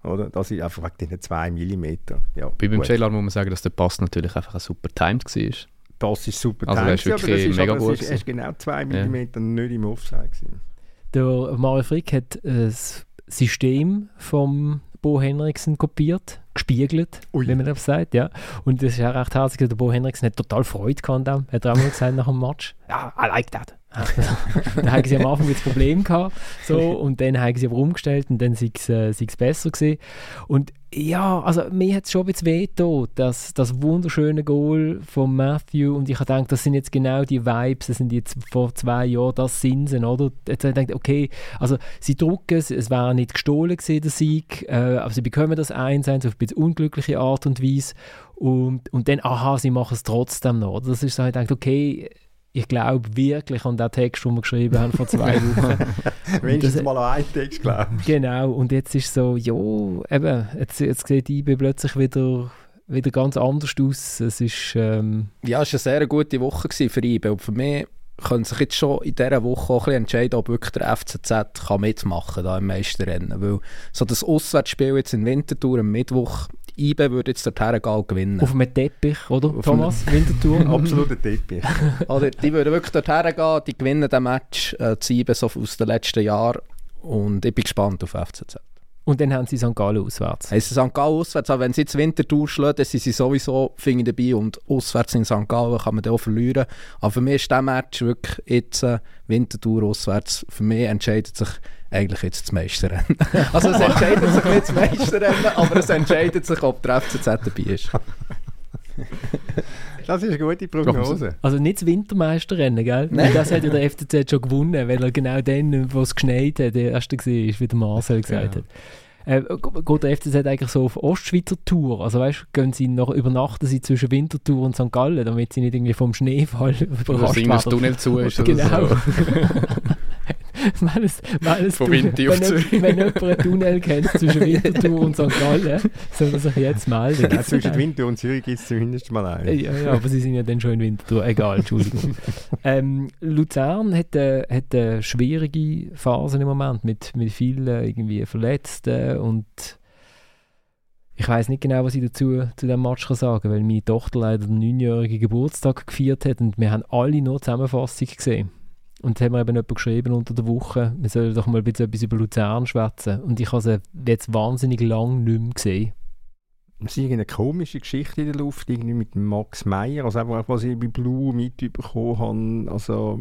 S3: Oder? Das ist einfach wegen diesen zwei Millimeter. Ja,
S2: Bei beim
S3: gut.
S2: J-Lar muss man sagen, dass der Pass natürlich einfach ein super timed war.
S3: Das ist super
S2: Also er ist
S3: timed,
S2: wirklich
S3: aber das ist,
S2: mega
S3: aber
S2: gut
S3: Es ist, er ist genau zwei Millimeter nicht im Offside gewesen.
S1: Der Mario Frick hat äh, das System vom Bo Henriksen kopiert, gespiegelt,
S3: Ui.
S1: wie man das sagt, ja. Und das ist auch recht herzig, der Bo Henriksen hat total Freude gehabt an dem, hat er auch mal gesagt nach dem Match. Ja, I like that. Dann haben sie am Anfang das Problem gehabt, so, und dann haben sie aber umgestellt und dann sei es äh, sei's besser gewesen. Und ja, also mir hat es schon ein bisschen wehgetan, dass das wunderschöne Goal von Matthew, und ich habe gedacht, das sind jetzt genau die Vibes, das sind jetzt vor zwei Jahren, das sind sie, oder? Jetzt habe ich gedacht, okay, also sie drucken es, es wäre nicht gestohlen gewesen, der Sieg, äh, aber sie bekommen das eins eins auf ein bisschen unglückliche Art und Weise, und, und dann, aha, sie machen es trotzdem noch, oder? Das ist so, ich dachte, okay, ich glaube wirklich an den Text, den wir geschrieben haben vor zwei Wochen.
S3: Wenigstens
S1: das,
S3: mal an einen Text, glaube ich.
S1: Genau, und jetzt ist so, ja, eben, jetzt, jetzt sieht I B plötzlich wieder, wieder ganz anders aus. Es ist, ähm
S4: ja, es war eine sehr gute Woche für I B. Und für mich können sich jetzt schon in dieser Woche auch ein bisschen entscheiden, ob wirklich der F C Z kann mitmachen kann im Meisterrennen. Weil so das Auswärtsspiel jetzt in Winterthur am Mittwoch, I B würde jetzt dorthin gehen gewinnen.
S1: Auf einem Teppich, oder,
S4: Auf
S1: Thomas? Winterthur?
S3: Absoluter Teppich.
S4: Oder die würden wirklich dorthin gehen, die gewinnen den Match, äh, die I B so aus den letzten Jahren. Und ich bin gespannt auf F C Z.
S1: Und dann haben sie Sankt Gallen auswärts.
S4: Haben sie Sankt Gallen auswärts, aber wenn sie jetzt Winterthur schlagen, dann sind sie sowieso finde ich, dabei, und auswärts in Sankt Gallen kann man dann auch verlieren. Aber für mich ist dieser Match wirklich jetzt äh, Winterthur auswärts. Für mich entscheidet sich eigentlich jetzt das Meisterrennen. Also es entscheidet sich nicht das Meisterrennen, aber es entscheidet sich, ob der F C Z dabei ist.
S3: Das ist eine gute Prognose.
S1: Also nicht das Wintermeisterrennen, gell?
S4: Nein.
S1: Das hat ja der F C Z schon gewonnen, weil er genau dann, wo es geschneit hat, der erste war, wie der Marcel gesagt hat. Äh, geht der F C Z eigentlich so auf Ostschweizer Tour? Also weißt, gehen sie noch, übernachten sie zwischen Winterthur und Sankt Gallen, damit sie nicht irgendwie vom Schneefall überrascht werden?
S2: Dass das Tunnel zu ist oder
S1: Genau.
S2: so.
S1: wenn es, wenn es
S2: Von
S1: Tunnel,
S2: Winti auf
S1: wenn,
S2: Zürich.
S1: wenn jemand einen Tunnel kennt zwischen Winterthur und Sankt Gallen, soll er sich jetzt melden.
S3: Ja, zwischen Winter und Zürich gibt es zumindest mal einen.
S1: Ja, ja, aber sie sind ja dann schon in Winterthur. Egal, Entschuldigung. ähm, Luzern hat, äh, hat eine schwierige Phase im Moment mit, mit vielen irgendwie Verletzten, und ich weiss nicht genau, was ich dazu zu diesem Match kann sagen kann, weil meine Tochter leider den neunjährigen Geburtstag gefeiert hat und wir haben alle nur Zusammenfassung gesehen. Und jetzt haben wir eben jemand geschrieben unter der Woche, wir sollen doch mal ein bisschen etwas über Luzern schwätzen. Und ich habe sie jetzt wahnsinnig lange nicht mehr gesehen.
S3: Es ist irgendeine komische Geschichte in der Luft, irgendwie mit Max Meyer, also einfach, was ich bei Blue mitbekommen habe, also,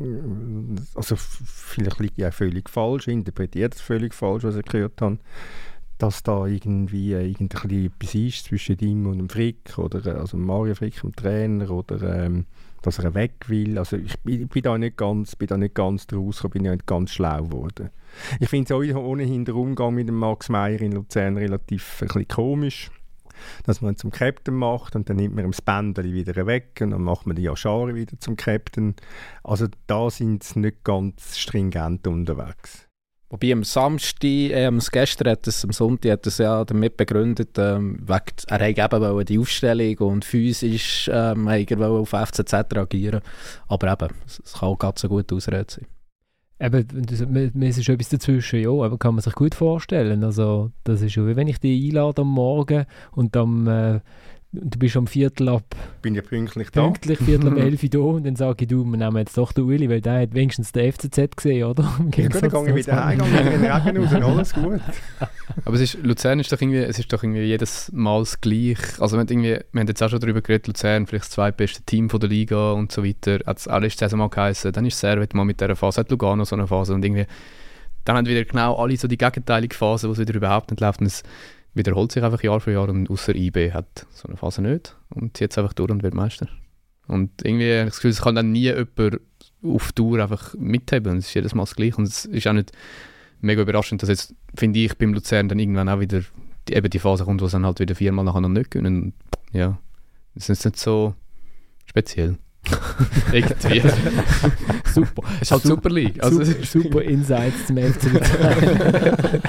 S3: also vielleicht liegt ja völlig falsch, interpretiert es völlig falsch, was ich gehört habe, dass da irgendwie irgendwie etwas ist zwischen ihm und dem Frick, oder also Mario Frick, dem Trainer, oder ähm, dass er weg will. Also ich bin, bin da nicht ganz, bin da nicht ganz draus, bin ja nicht ganz schlau geworden. Ich finde es auch ohnehin der Umgang mit dem Max Meyer in Luzern relativ ein bisschen komisch, dass man ihn zum Captain macht und dann nimmt man ihm das Bändchen wieder weg und dann macht man die Yashari wieder zum Captain. Also da sind sie nicht ganz stringent unterwegs.
S4: Wobei am Samstag, äh, am gestern hat es, am Sonntag hat es ja damit begründet, ähm, wegen, er wollte eben die Aufstellung und physisch ähm, er auf F C Z reagieren. Aber eben, es kann auch ganz eine gute Ausrede sein.
S1: Eben, das, mir ist etwas dazwischen, ja, aber kann man sich gut vorstellen. Also, das ist ja wie wenn ich dich einlade am Morgen und am, äh, du bist am Viertel ab,
S3: Bin ja pünktlich da.
S1: pünktlich Viertel ab elf da, und dann sage ich, du, wir nehmen jetzt doch den Uli, weil der hat wenigstens den F C Z gesehen, oder?
S3: Ja, gut, dann gehe ich wieder heim, gehe in den Regen raus und alles gut.
S2: Aber es ist, Luzern ist doch irgendwie, es ist doch irgendwie jedes Mal das Gleiche. Also wir haben, irgendwie, wir haben jetzt auch schon darüber geredet, Luzern, vielleicht das zweitbeste Team von der Liga und so weiter. Hat es auch letzte Saison mal geheißen. Dann ist Servet mal mit dieser Phase, hat Lugano so eine Phase. Und irgendwie, dann haben wieder genau alle so die gegenteilige Phase, wo es wieder überhaupt nicht läuft. Und es wiederholt sich einfach Jahr für Jahr, und außer I B hat so eine Phase nicht und zieht es einfach durch und wird Meister. Und irgendwie habe ich das Gefühl, es kann dann nie jemand auf Tour einfach mitheben. Es ist jedes Mal das Gleiche, und es ist auch nicht mega überraschend, dass jetzt, finde ich, beim Luzern dann irgendwann auch wieder die, eben die Phase kommt, wo es dann halt wieder viermal nachher noch nicht können. Ja, das ist nicht so speziell. Irgendwie.
S1: Super.
S2: Es ist halt Super League. Also
S1: super, super Insights zum F C Luzern.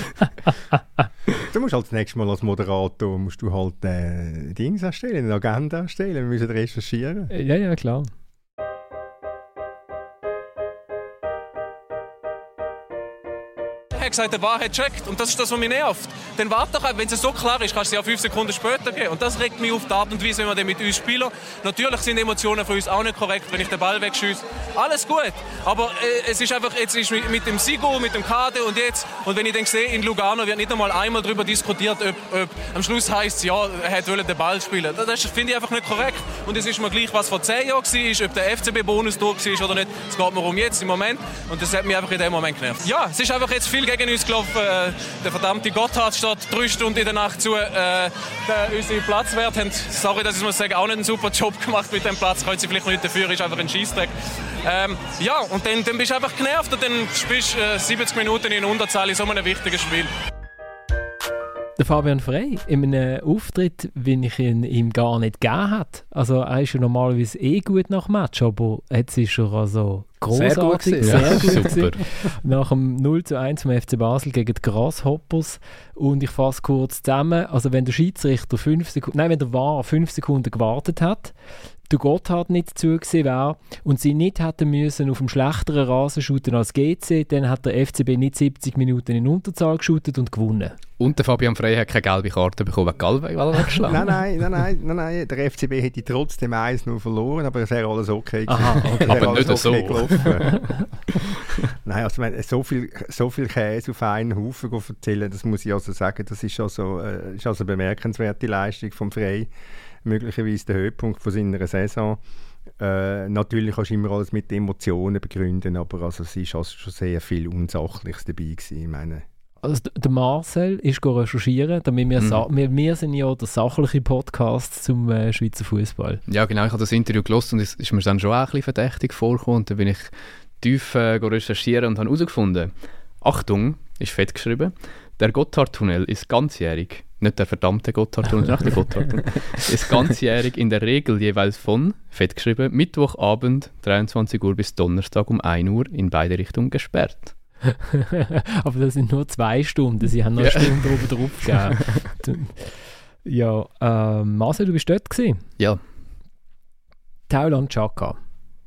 S3: Du musst halt das nächste Mal als Moderator musst du halt äh, Dings erstellen, eine Agenda erstellen, wir müssen recherchieren.
S1: Ja, ja, klar.
S7: gesagt, die Wahrheit checkt. Und das ist das, was mich nervt. Dann warte doch, wenn es so klar ist, kannst du sie auch fünf Sekunden später geben. Und das regt mich auf die Art und Weise, wenn wir dann mit uns spielen. Natürlich sind Emotionen von uns auch nicht korrekt, wenn ich den Ball wegschieße. Alles gut. Aber äh, es ist einfach, jetzt ist mit, mit dem Sigo, mit dem Kader und jetzt. Und wenn ich dann sehe, in Lugano wird nicht einmal einmal darüber diskutiert, ob, ob am Schluss heisst es, ja, er wollte den Ball spielen. Das finde ich einfach nicht korrekt. Und es ist mir gleich, was vor zehn Jahren war, ob der F C B-Bonus durch war oder nicht. Es geht mir um jetzt, im Moment. Und das hat mich einfach in dem Moment genervt. Ja, es ist einfach jetzt viel gegen uns gelaufen. Äh, der verdammte Gotthard steht drei Stunden in der Nacht zu. Äh, der, unsere Platzwerte haben, sorry, dass ich muss sagen, auch nicht einen super Job gemacht mit dem Platz. Können sie vielleicht nicht dafür, ist einfach ein Scheissdreck. Ähm, ja, und dann, dann bist du einfach genervt und dann spielst du äh, siebzig Minuten in Unterzahl in so einem wichtigen Spiel.
S1: Der Fabian Frey, in einem Auftritt, den ich ihn ihm gar nicht gegeben habe. Also er ist ja normalerweise eh gut nach dem Match, aber jetzt ist er also großartig, sehr gut, sehr gut super. Nach dem null zu eins vom F C Basel gegen die Grasshoppers. Und ich fasse kurz zusammen, also wenn der Schiedsrichter fünf Sekunden, nein, wenn der V A R fünf Sekunden gewartet hat, der Gotthard nicht zugesehen wäre und sie nicht hätten müssen auf dem schlechteren Rasen shooten als G C, dann hat der F C B nicht siebzig Minuten in Unterzahl geshootet und gewonnen.
S2: Und der Fabian Frey hat keine gelbe Karte bekommen, wegen Galway geschlagen.
S3: nein, nein, nein, nein, nein, nein, der F C B hätte trotzdem eins null verloren, aber es wäre alles okay gewesen.
S2: Aha, okay. Aber nicht okay so.
S3: Nein, also meine, so viel, so viel Käse auf einen Haufen erzählen, das muss ich also sagen, das ist also, äh, ist also eine bemerkenswerte Leistung vom Frey. Möglicherweise der Höhepunkt von seiner Saison. Äh, natürlich kannst du immer alles mit Emotionen begründen, aber also es war also schon sehr viel Unsachliches dabei gewesen, ich meine.
S1: Also der Marcel ist recherchieren, damit wir, mhm. wir, wir sind ja der sachliche Podcast zum äh, Schweizer Fußball.
S2: Ja genau, ich habe das Interview gelesen und es ist mir dann schon auch ein bisschen verdächtig vorgekommen und dann bin ich tief äh, recherchieren und habe herausgefunden, Achtung, ist fett geschrieben, der Gotthardtunnel ist ganzjährig. Nicht der verdammte Gotthardtunnel, sondern der Gotthardtunnel. Ist ganzjährig in der Regel jeweils von, fett geschrieben, Mittwochabend dreiundzwanzig Uhr bis Donnerstag um ein Uhr in beide Richtungen gesperrt.
S1: Aber das sind nur zwei Stunden, sie haben noch eine ja. Stunde oben drauf gegeben. Ja, äh, Marcel, du bist dort gewesen?
S2: Ja.
S1: Tauland Chaka.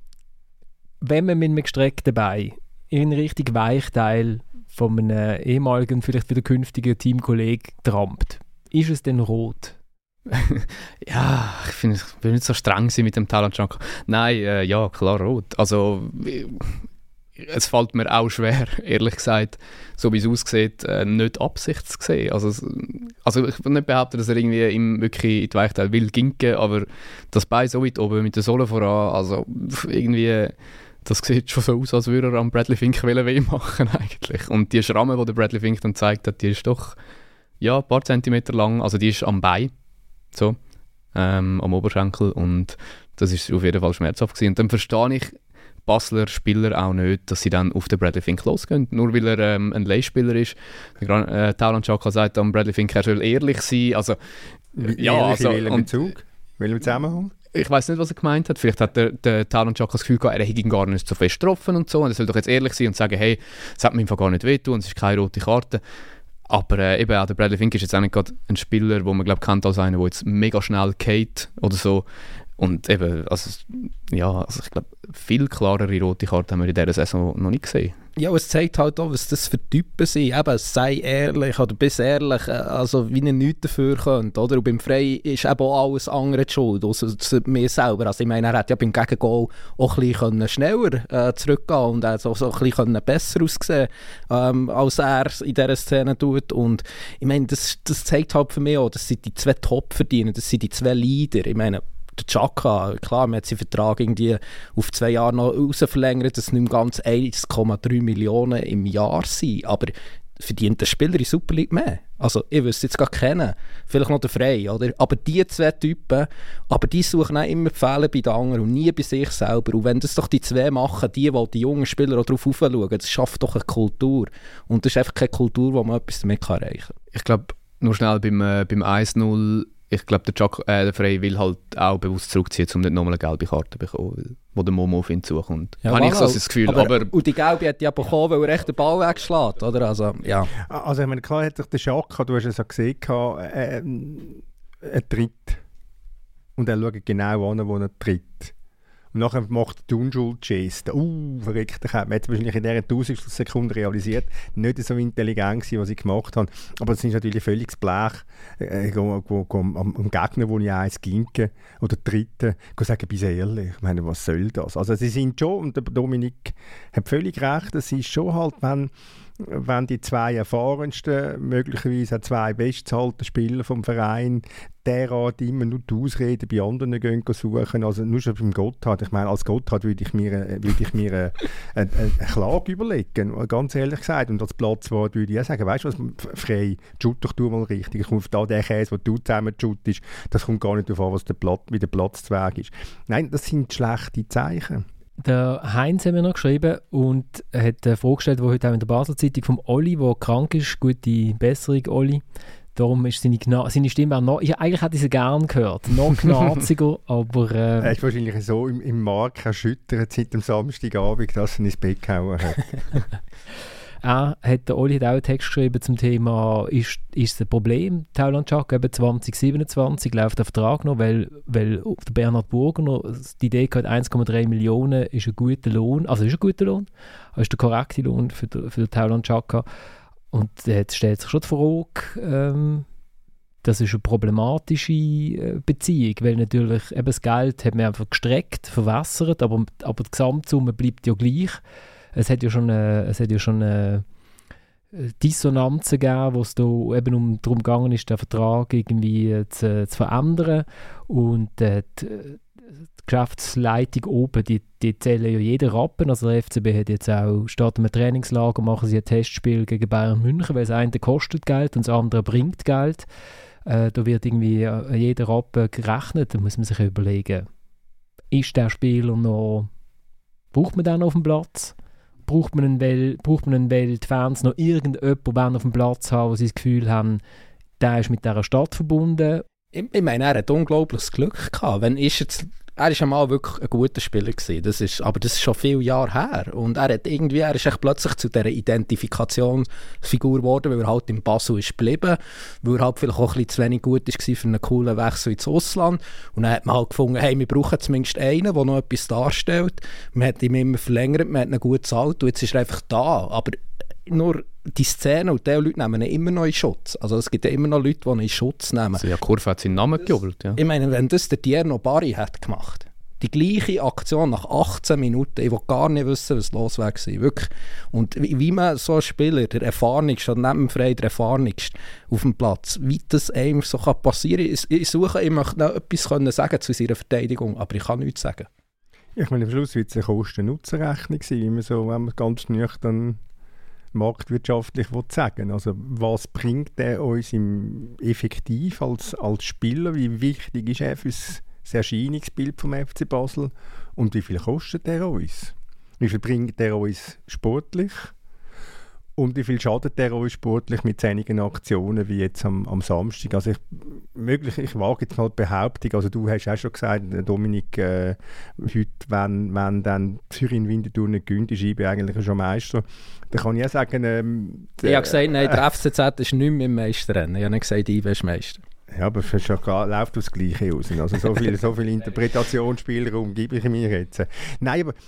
S1: Wenn man mit einem gestreckten Bein in richtig Weichteil von einem ehemaligen, vielleicht wieder künftigen Teamkollegen trampt, ist es denn rot?
S2: Ja, ich finde, ich will nicht so streng sein mit dem Tauland Chaka. Nein, äh, ja, klar rot. Also, es fällt mir auch schwer, ehrlich gesagt, so wie es aussieht, äh, nicht Absicht zu sehen. Also, also ich will nicht behaupten, dass er irgendwie ihm wirklich in die Weichteil will ginken, aber das Bein so weit oben mit der Sohle voran, also irgendwie... Das sieht schon so aus, als würde er am Bradley Fink weh machen eigentlich. Und die Schramme, die der Bradley Fink dann gezeigt hat, die ist doch ja, ein paar Zentimeter lang. Also die ist am Bein, so, ähm, am Oberschenkel. Und das ist auf jeden Fall schmerzhaft gewesen. Und dann verstehe ich Basler Spieler auch nicht, dass sie dann auf den Bradley Fink losgehen. Nur weil er ähm, ein Leihspieler ist. Äh, Tauland Chaka sagt am Bradley Fink, er soll ehrlich sein. Also,
S3: Wie
S2: ja,
S3: ehrlich
S2: also,
S3: in welchem Bezug? In welchem Zusammenhang?
S2: Ich weiß nicht, was er gemeint hat. Vielleicht hat der, der Tauland Chaka das Gefühl gehabt, er hätte ihn gar nicht so fest getroffen und so. Und er soll doch jetzt ehrlich sein und sagen, hey, es hat mir einfach gar nicht wehtun und es ist keine rote Karte. Aber äh, eben auch der Bradley Fink ist jetzt auch nicht gerade ein Spieler, den man glaub, kennt als einer, der jetzt mega schnell geht oder so. Und eben, also, ja, also ich glaube, viel klarere rote Karten haben wir in dieser Saison noch nicht gesehen.
S4: Ja, es zeigt halt auch, was das für Typen sind. Eben, sei ehrlich oder bist ehrlich, also wie er nichts dafür könnte. Oder? Und beim Frey ist eben auch alles andere die Schuld, also mir selber. Also ich meine, er hätte ja beim Gegengol auch ein bisschen schneller äh, zurückgehen und also so ein bisschen besser aussehen, ähm, als er in dieser Szene tut. Und ich meine, das, das zeigt halt für mich auch, das sind die zwei Top-Verdiener, das sind die zwei Leader. Ich meine, der Chaka, klar, man hat seinen Vertrag irgendwie auf zwei Jahre noch rausverlängert, das nicht ganz eins Komma drei Millionen im Jahr sein, aber verdient der Spieler in Super League mehr? Also, ich wüsste jetzt gar keinen. Vielleicht noch der Frey, oder? Aber die zwei Typen, aber die suchen auch immer die Fehler bei den anderen und nie bei sich selber. Und wenn das doch die zwei machen, die, die die jungen Spieler auch darauf aufschauen, das schafft doch eine Kultur. Und das ist einfach keine Kultur, wo man etwas damit erreichen kann.
S2: Ich glaube, nur schnell beim, äh, beim eins null, ich glaube, der, äh, der Frey will halt auch bewusst zurückziehen, um nicht nochmal eine gelbe Karte zu bekommen, wo der Momo auf ihn zukommt.
S4: Ja,
S2: habe ich so das Gefühl.
S4: Aber,
S2: aber,
S4: und die gelbe hat ja bekommen, weil er echt den Ball wegschlägt, oder? Also, ja.
S3: Also ich meine, klar hat sich der Chaka, du hast es ja gesehen, äh, er tritt. Und er schaut genau an, wo er tritt. Und nachher macht der Unschuld-Geste. Uh, verrückt. Man hat es wahrscheinlich in dieser tausendstel Sekunde realisiert. Nicht so intelligent gewesen, was ich gemacht habe. Aber es ist natürlich völlig das Blech. Äh, go, go, go, am, am Gegner, wo ich eins ginke, oder dritten, go sagen, bis ehrlich. Ich meine, was soll das? Also sie sind schon, und der Dominik hat völlig recht, es ist schon halt, wenn wenn die zwei erfahrensten, möglicherweise auch zwei bestzahlten Spieler vom Verein derart immer nur die Ausreden bei anderen gehen suchen, also nur schon beim Gotthard. Ich meine, als Gotthard würde ich mir, würde ich mir eine, eine, eine Klage überlegen, ganz ehrlich gesagt. Und als Platzwart würde ich auch sagen, weißt du was, frei, shoot doch du mal richtig. Ich komme auf da den Käse, den du zusammen shootest, das kommt gar nicht darauf an, was der Platz, wie der Platzzweig ist. Nein, das sind schlechte Zeichen.
S1: Der Heinz hat mir noch geschrieben und hat eine Frage gestellt, die heute auch in der Basler Zeitung vom Olli, der krank ist. Gute Besserung, Olli. Darum ist seine, Gna- seine Stimme auch noch... Ja, eigentlich hätte ich sie gerne gehört. Noch knarziger, aber... Äh,
S3: er ist wahrscheinlich so im, im Mark erschüttert seit dem Samstagabend, dass er ins Bett gehauen hat.
S1: Er hat, der Oli hat auch einen Text geschrieben zum Thema, ist, ist es ein Problem, Tauland Chaka, eben zwanzig siebenundzwanzig läuft der Vertrag noch, weil, weil der Bernhard Burgener die Idee hat, eins Komma drei Millionen ist ein guter Lohn, also ist ein guter Lohn, aber ist der korrekte Lohn für, der, für den Tauland Chaka. Und jetzt stellt sich schon die Frage, ähm, das ist eine problematische äh, Beziehung, weil natürlich eben das Geld hat man einfach gestreckt, verwässert, aber, aber die Gesamtsumme bleibt ja gleich. Es hat ja schon eine, es hat ja schon eine Dissonanzen gegeben, wo es da eben um, darum gegangen ist, den Vertrag irgendwie zu, zu verändern. Und äh, die, die Geschäftsleitung oben, die, die zählen ja jeden Rappen. Also der F C B hat jetzt auch, statt einem Trainingslager machen sie ein Testspiel gegen Bayern München, weil das eine kostet Geld und das andere bringt Geld. Äh, da wird irgendwie äh, jeder Rappen gerechnet. Da muss man sich überlegen, ist der Spieler noch, braucht man den auf dem Platz? Braucht man, einen, weil, braucht man einen, weil die Fans noch irgendjemanden auf dem Platz haben, wo sie das Gefühl haben, der ist mit dieser Stadt verbunden?
S4: Ich, ich meine, er hat unglaubliches Glück gehabt. Wenn ist jetzt, er war einmal wirklich ein guter Spieler gewesen. Das ist, aber das ist schon viele Jahre her. Und er hat irgendwie, er ist echt plötzlich zu dieser Identifikationsfigur geworden, weil er halt in Basel ist geblieben, weil er halt vielleicht auch ein bisschen zu wenig gut war für einen coolen Wechsel ins Ausland. Und dann hat man halt gefunden, hey, wir brauchen zumindest einen, der noch etwas darstellt. Man hat ihn immer verlängert, man hat ihn gut bezahlt und jetzt ist er einfach da. Aber nur die Szene und die Leute nehmen ihn immer noch in Schutz. Also es gibt ja immer noch Leute, die ihn in Schutz nehmen.
S2: Also ja, Kurve hat seinen Namen gejubelt. Ja.
S4: Ich meine, wenn das der Tierno Barry hat gemacht, die gleiche Aktion nach achtzehn Minuten, ich will gar nicht wissen, was los war. Wirklich. Und wie, wie man so einen Spieler, der erfahrenigste, neben dem Frey der erfahrenigste auf dem Platz, wie das einem so passieren kann. Ich, ich suche, ich möchte noch etwas können sagen zu seiner Verteidigung, aber ich kann nichts sagen.
S3: Ich meine, am Schluss wird es eine Kosten-Nutzen-Rechnung sein, wie man so, wenn man ganz nüchtern marktwirtschaftlich sagen. Also was bringt er uns im effektiv als, als Spieler? Wie wichtig ist er für das Erscheinungsbild vom F C Basel? Und wie viel kostet er uns? Wie viel bringt er uns sportlich? Und wie viel schadet er uns sportlich mit einigen Aktionen wie jetzt am, am Samstag? Also ich, möglich, ich wage jetzt mal die Behauptung, also du hast auch schon gesagt, Dominik, äh, heute, wenn, wenn dann Zürich-Winterthur nicht gönnt, ist I B eigentlich schon Meister. Dann kann ich auch sagen... Ähm,
S4: ich habe gesagt, nein, der F C Z ist nicht mehr im Meisterrennen. Ich habe nicht gesagt, I B ist Meister.
S3: Ja, aber es läuft das Gleiche aus. Also so viel, so viel Interpretationsspielraum gebe ich mir jetzt. Nein, aber...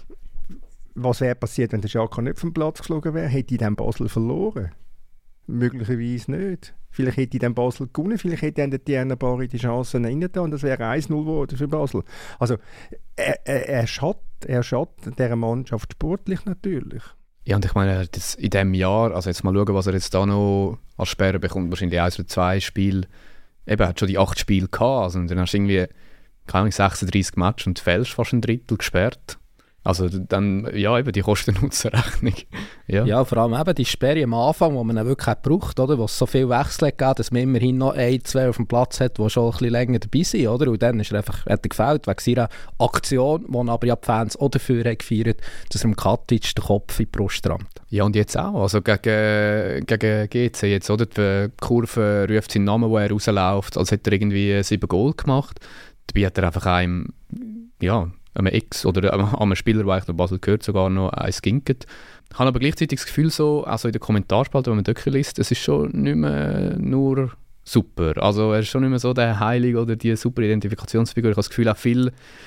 S3: Was wäre passiert, wenn der Xhaka nicht vom Platz geflogen wäre? Hätte ich dann Basel verloren? Möglicherweise nicht. Vielleicht hätte ich dann Basel gewonnen, vielleicht hätte dann der Tierno Barry die Chance rein da und das wäre eins null geworden für Basel. Also er, er, er schadet, er schadet dieser Mannschaft sportlich natürlich.
S2: Ja, und ich meine, er hat jetzt in diesem Jahr, also jetzt mal schauen, was er jetzt da noch als Sperre bekommt, wahrscheinlich eins oder zwei Spiele. Eben, er hat schon die acht Spiele gehabt, also, und dann hast du irgendwie, keine Ahnung, sechsunddreißig Matches und fällst fast ein Drittel gesperrt. Also dann, ja, eben die Kosten-Nutzen-Rechnung. Ja.
S4: ja, vor allem eben die Sperre am Anfang, die man dann wirklich braucht, oder? Wo es so viel Wechsel gab, dass man immerhin noch ein, zwei auf dem Platz hat, die schon ein bisschen länger dabei sind, oder? Und dann ist er einfach, hat er gefällt, wegen seiner Aktion, die aber ja die Fans auch dafür haben gefeiert, dass er dem Katic den Kopf in die Brust rammt.
S2: Ja, und jetzt auch, also gegen, gegen G C jetzt, oder? Die Kurve ruft seinen Namen, wo er rausläuft, als hätte er irgendwie sieben Goal gemacht. Dabei hat er einfach einem, ja, einem Ex oder einem Spieler, der eigentlich noch Basel gehört, sogar noch eins ginket. Ich habe aber gleichzeitig das Gefühl, so, also in der Kommentarspalte, wenn man dort liest, es ist schon nicht mehr nur super. Also er ist schon nicht mehr so der Heilige oder die super Identifikationsfigur. Ich habe das Gefühl, auch viele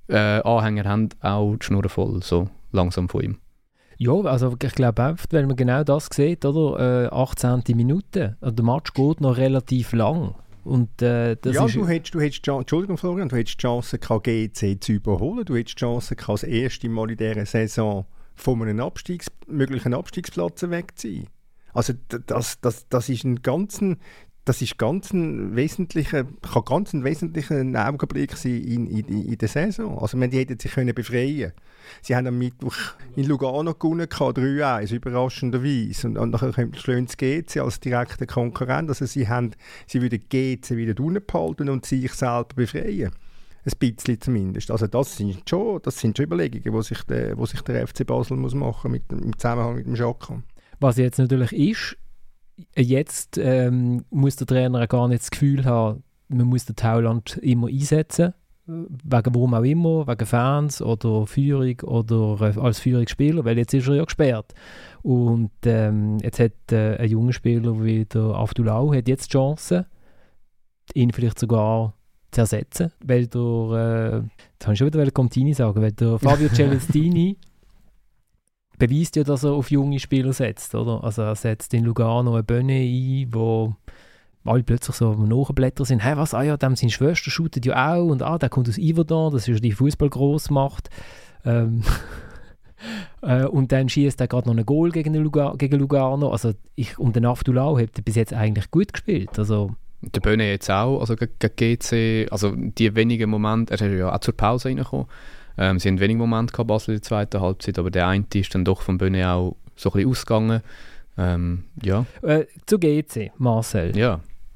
S2: äh, Anhänger haben auch die Schnur voll, so langsam von ihm.
S1: Ja, also ich glaube einfach, wenn man genau das sieht, oder, äh, achtzehnte Minute, also der Match geht noch relativ lang. Und, äh, das
S3: ja,
S1: ist
S3: du hättest, du hättest, Entschuldigung Florian, du hättest die Chance gehabt, G C zu überholen, du hättest die Chance gehabt, das erste Mal in dieser Saison von einem Abstiegs, möglichen Abstiegsplatz weg zu sein. Also das, das, das ist ein ganzen, das ist ganz ein wesentlicher, kann ganz ein wesentlicher Augenblick sein in, in, in der Saison. Also die hätten sich können befreien. Sie haben am Mittwoch in Lugano gewonnen, drei eins, überraschenderweise. Und, und nachher kommt das G C als direkter Konkurrent. Also sie, haben, sie würden G C wieder unten behalten und sich selber befreien. Ein bisschen zumindest. Also das sind schon, das sind schon Überlegungen, die sich der, wo sich der F C Basel muss machen mit dem, im Zusammenhang mit dem Xhaka. Was
S1: jetzt natürlich ist, jetzt ähm, muss der Trainer gar nicht das Gefühl haben, man muss den Tauland immer einsetzen, wegen warum auch immer, wegen Fans oder Führung oder äh, als Führungsspieler, weil jetzt ist er ja gesperrt. Und ähm, jetzt hat äh, ein junger Spieler wie der Avdulau hat jetzt die Chance, ihn vielleicht sogar zu ersetzen, weil der, äh, jetzt habe ich schon wieder Contini sagen, weil der Fabio Celestini beweist ja, dass er auf junge Spieler setzt, oder? Also er setzt in Lugano eine Bönne ein, wo alle plötzlich so am Nachblätter sind. Hey, was? Ah ja, dem seine Schwester shootet ja auch und ah, der kommt aus Yverdon, das ist die Fußball-Grossmacht. Ähm äh, und dann schießt er gerade noch ein Goal gegen, Luga- gegen Lugano. Also ich, und den Avdulau hat er bis jetzt eigentlich gut gespielt. Also
S2: der Bönne jetzt auch, also gegen G C, also die wenigen Momente, er ist ja auch zur Pause reingekommen. Ähm, sie hatten wenige Momente gehabt, Basel in der zweiten Halbzeit, aber der eine ist dann doch von Bönne auch so ein bisschen ausgegangen. Ähm, ja.
S1: Äh, zu G C, Marcel.
S2: Ja.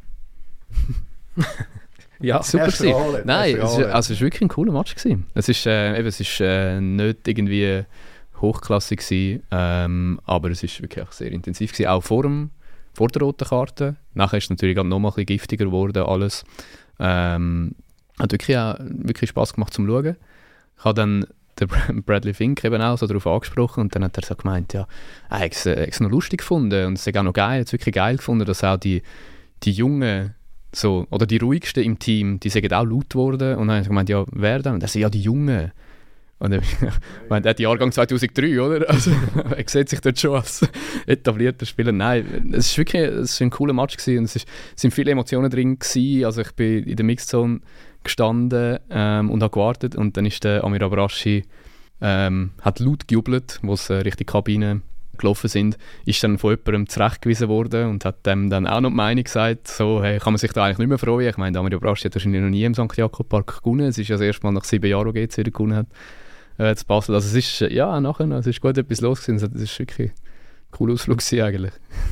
S4: ja,
S2: super gewesen. Nein, es ist, also es war wirklich ein cooler Match gewesen. Es ist, äh, eben, es ist äh, nicht irgendwie hochklassig gewesen, ähm, aber es ist wirklich auch sehr intensiv gewesen, auch vor, dem, vor der roten Karte. Nachher ist es natürlich noch mal ein bisschen giftiger geworden, alles. Ähm, hat wirklich, auch, wirklich Spass gemacht zum Schauen. Ich habe dann den Bradley Fink eben auch so darauf angesprochen und dann hat er so gemeint, ja, er hat es noch lustig gefunden und es ist auch noch geil, es wirklich geil gefunden, dass auch die, die Jungen so, oder die ruhigsten im Team, die sind auch laut geworden und dann habe ich gemeint, ja, wer denn? Und er sagt, ja, die Jungen. Und er meint, er hat Jahrgang zweitausenddrei, oder? Also er sieht sich dort schon als etablierter Spieler. Nein, es ist wirklich es ist ein cooler Match gewesen und es ist, es sind viele Emotionen drin gewesen. Also ich bin in der Mixzone gestanden ähm, und habe gewartet und dann ist der Amir Abrashi ähm, hat laut gejubelt, wo sie Richtung Kabine gelaufen sind, ist dann von jemandem zurechtgewiesen worden und hat dem dann auch noch die Meinung gesagt, so, hey, kann man sich da eigentlich nicht mehr freuen. Ich meine, Amir Abrashi hat wahrscheinlich noch nie im Sankt Jakob Park gewonnen. Es ist ja das erste Mal nach sieben Jahren, wo G C wieder gewonnen hat, äh, zu Basel. Also es ist, ja, nachher, es ist gut etwas los gewesen. Es ist wirklich ein cooler Ausflug gewesen, eigentlich.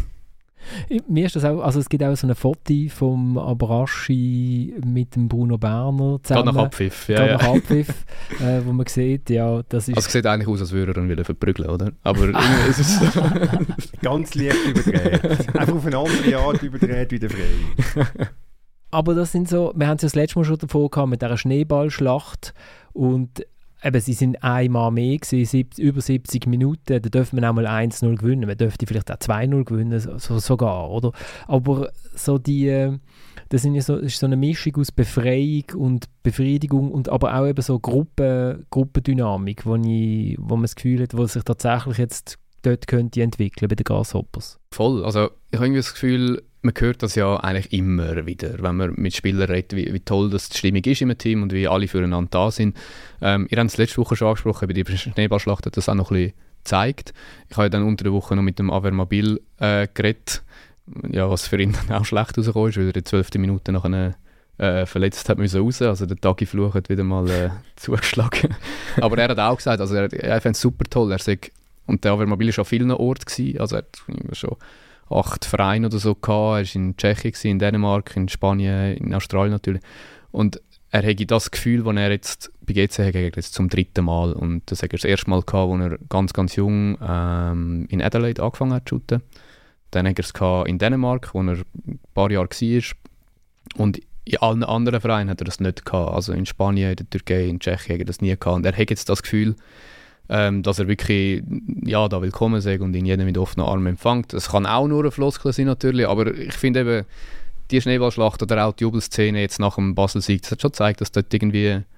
S1: Mir ist das auch, also es gibt auch so eine Foto vom Abrashi mit dem Bruno Berner zusammen.
S2: Gerade nach Abpfiff, ja.
S1: Gerade
S2: ja.
S1: nach Abpfiff, äh, wo man sieht, ja, das ist...
S2: Also es sieht eigentlich aus, als würde er ihn wieder verprügeln, oder? Aber irgendwie ist es so.
S3: Ganz leicht überdreht. Einfach auf eine andere Art überdreht wie der Frey.
S1: Aber das sind so, wir haben es ja das letzte Mal schon davor gehabt mit dieser Schneeballschlacht und eben, sie sind einmal mehr gewesen, über siebzig Minuten, da dürfen wir auch mal eins null gewinnen, man dürfte vielleicht auch zwei null gewinnen, so, sogar, oder? Aber so die, das sind ja so, ist so eine Mischung aus Befreiung und Befriedigung und aber auch eben so Gruppen, Gruppendynamik, wo, ich, wo man das Gefühl hat, wo sich tatsächlich jetzt dort könnte entwickeln bei den Grasshoppers.
S2: Voll, also ich habe irgendwie das Gefühl, man hört das ja eigentlich immer wieder, wenn man mit Spielern redet, wie, wie toll das die Stimmung ist im Team und wie alle füreinander da sind. Ähm, ihr habt es letzte Woche schon angesprochen, bei der Schneeballschlacht hat das auch noch ein bisschen gezeigt. Ich habe dann unter der Woche noch mit dem Avermabil äh, geredet, ja, was für ihn dann auch schlecht rausgekommen ist, weil er in der zwölften Minute nach einer äh, verletzt hat müssen raus. Also der Tagi-Fluch hat wieder mal äh, zugeschlagen. Aber er hat auch gesagt, also er, er fand es super toll. Er sagt, und der Avermabil war schon an vielen Orten gewesen, also er hat schon acht Vereine oder so gehabt. Er war in Tschechien, in Dänemark, in Spanien, in Australien natürlich. Und er hätte das Gefühl, das er jetzt bei G C hat, jetzt zum dritten Mal. Und das hat er das erste Mal gehabt, als er ganz, ganz jung ähm, in Adelaide angefangen hat zu shooten. Dann hat er es gehabt in Dänemark, wo er ein paar Jahre war. Und in allen anderen Vereinen hat er das nicht gehabt. Also in Spanien, in der Türkei, in Tschechien hat er das nie gehabt. Und er hat jetzt das Gefühl, Ähm, dass er wirklich ja, da willkommen ist und ihn jeder mit offenen Armen empfängt. Das kann auch nur eine Floskel sein natürlich, aber ich finde eben, die Schneeballschlacht oder auch die Jubelszene jetzt nach dem Basel-Sieg, das hat schon gezeigt, dass dort irgendwie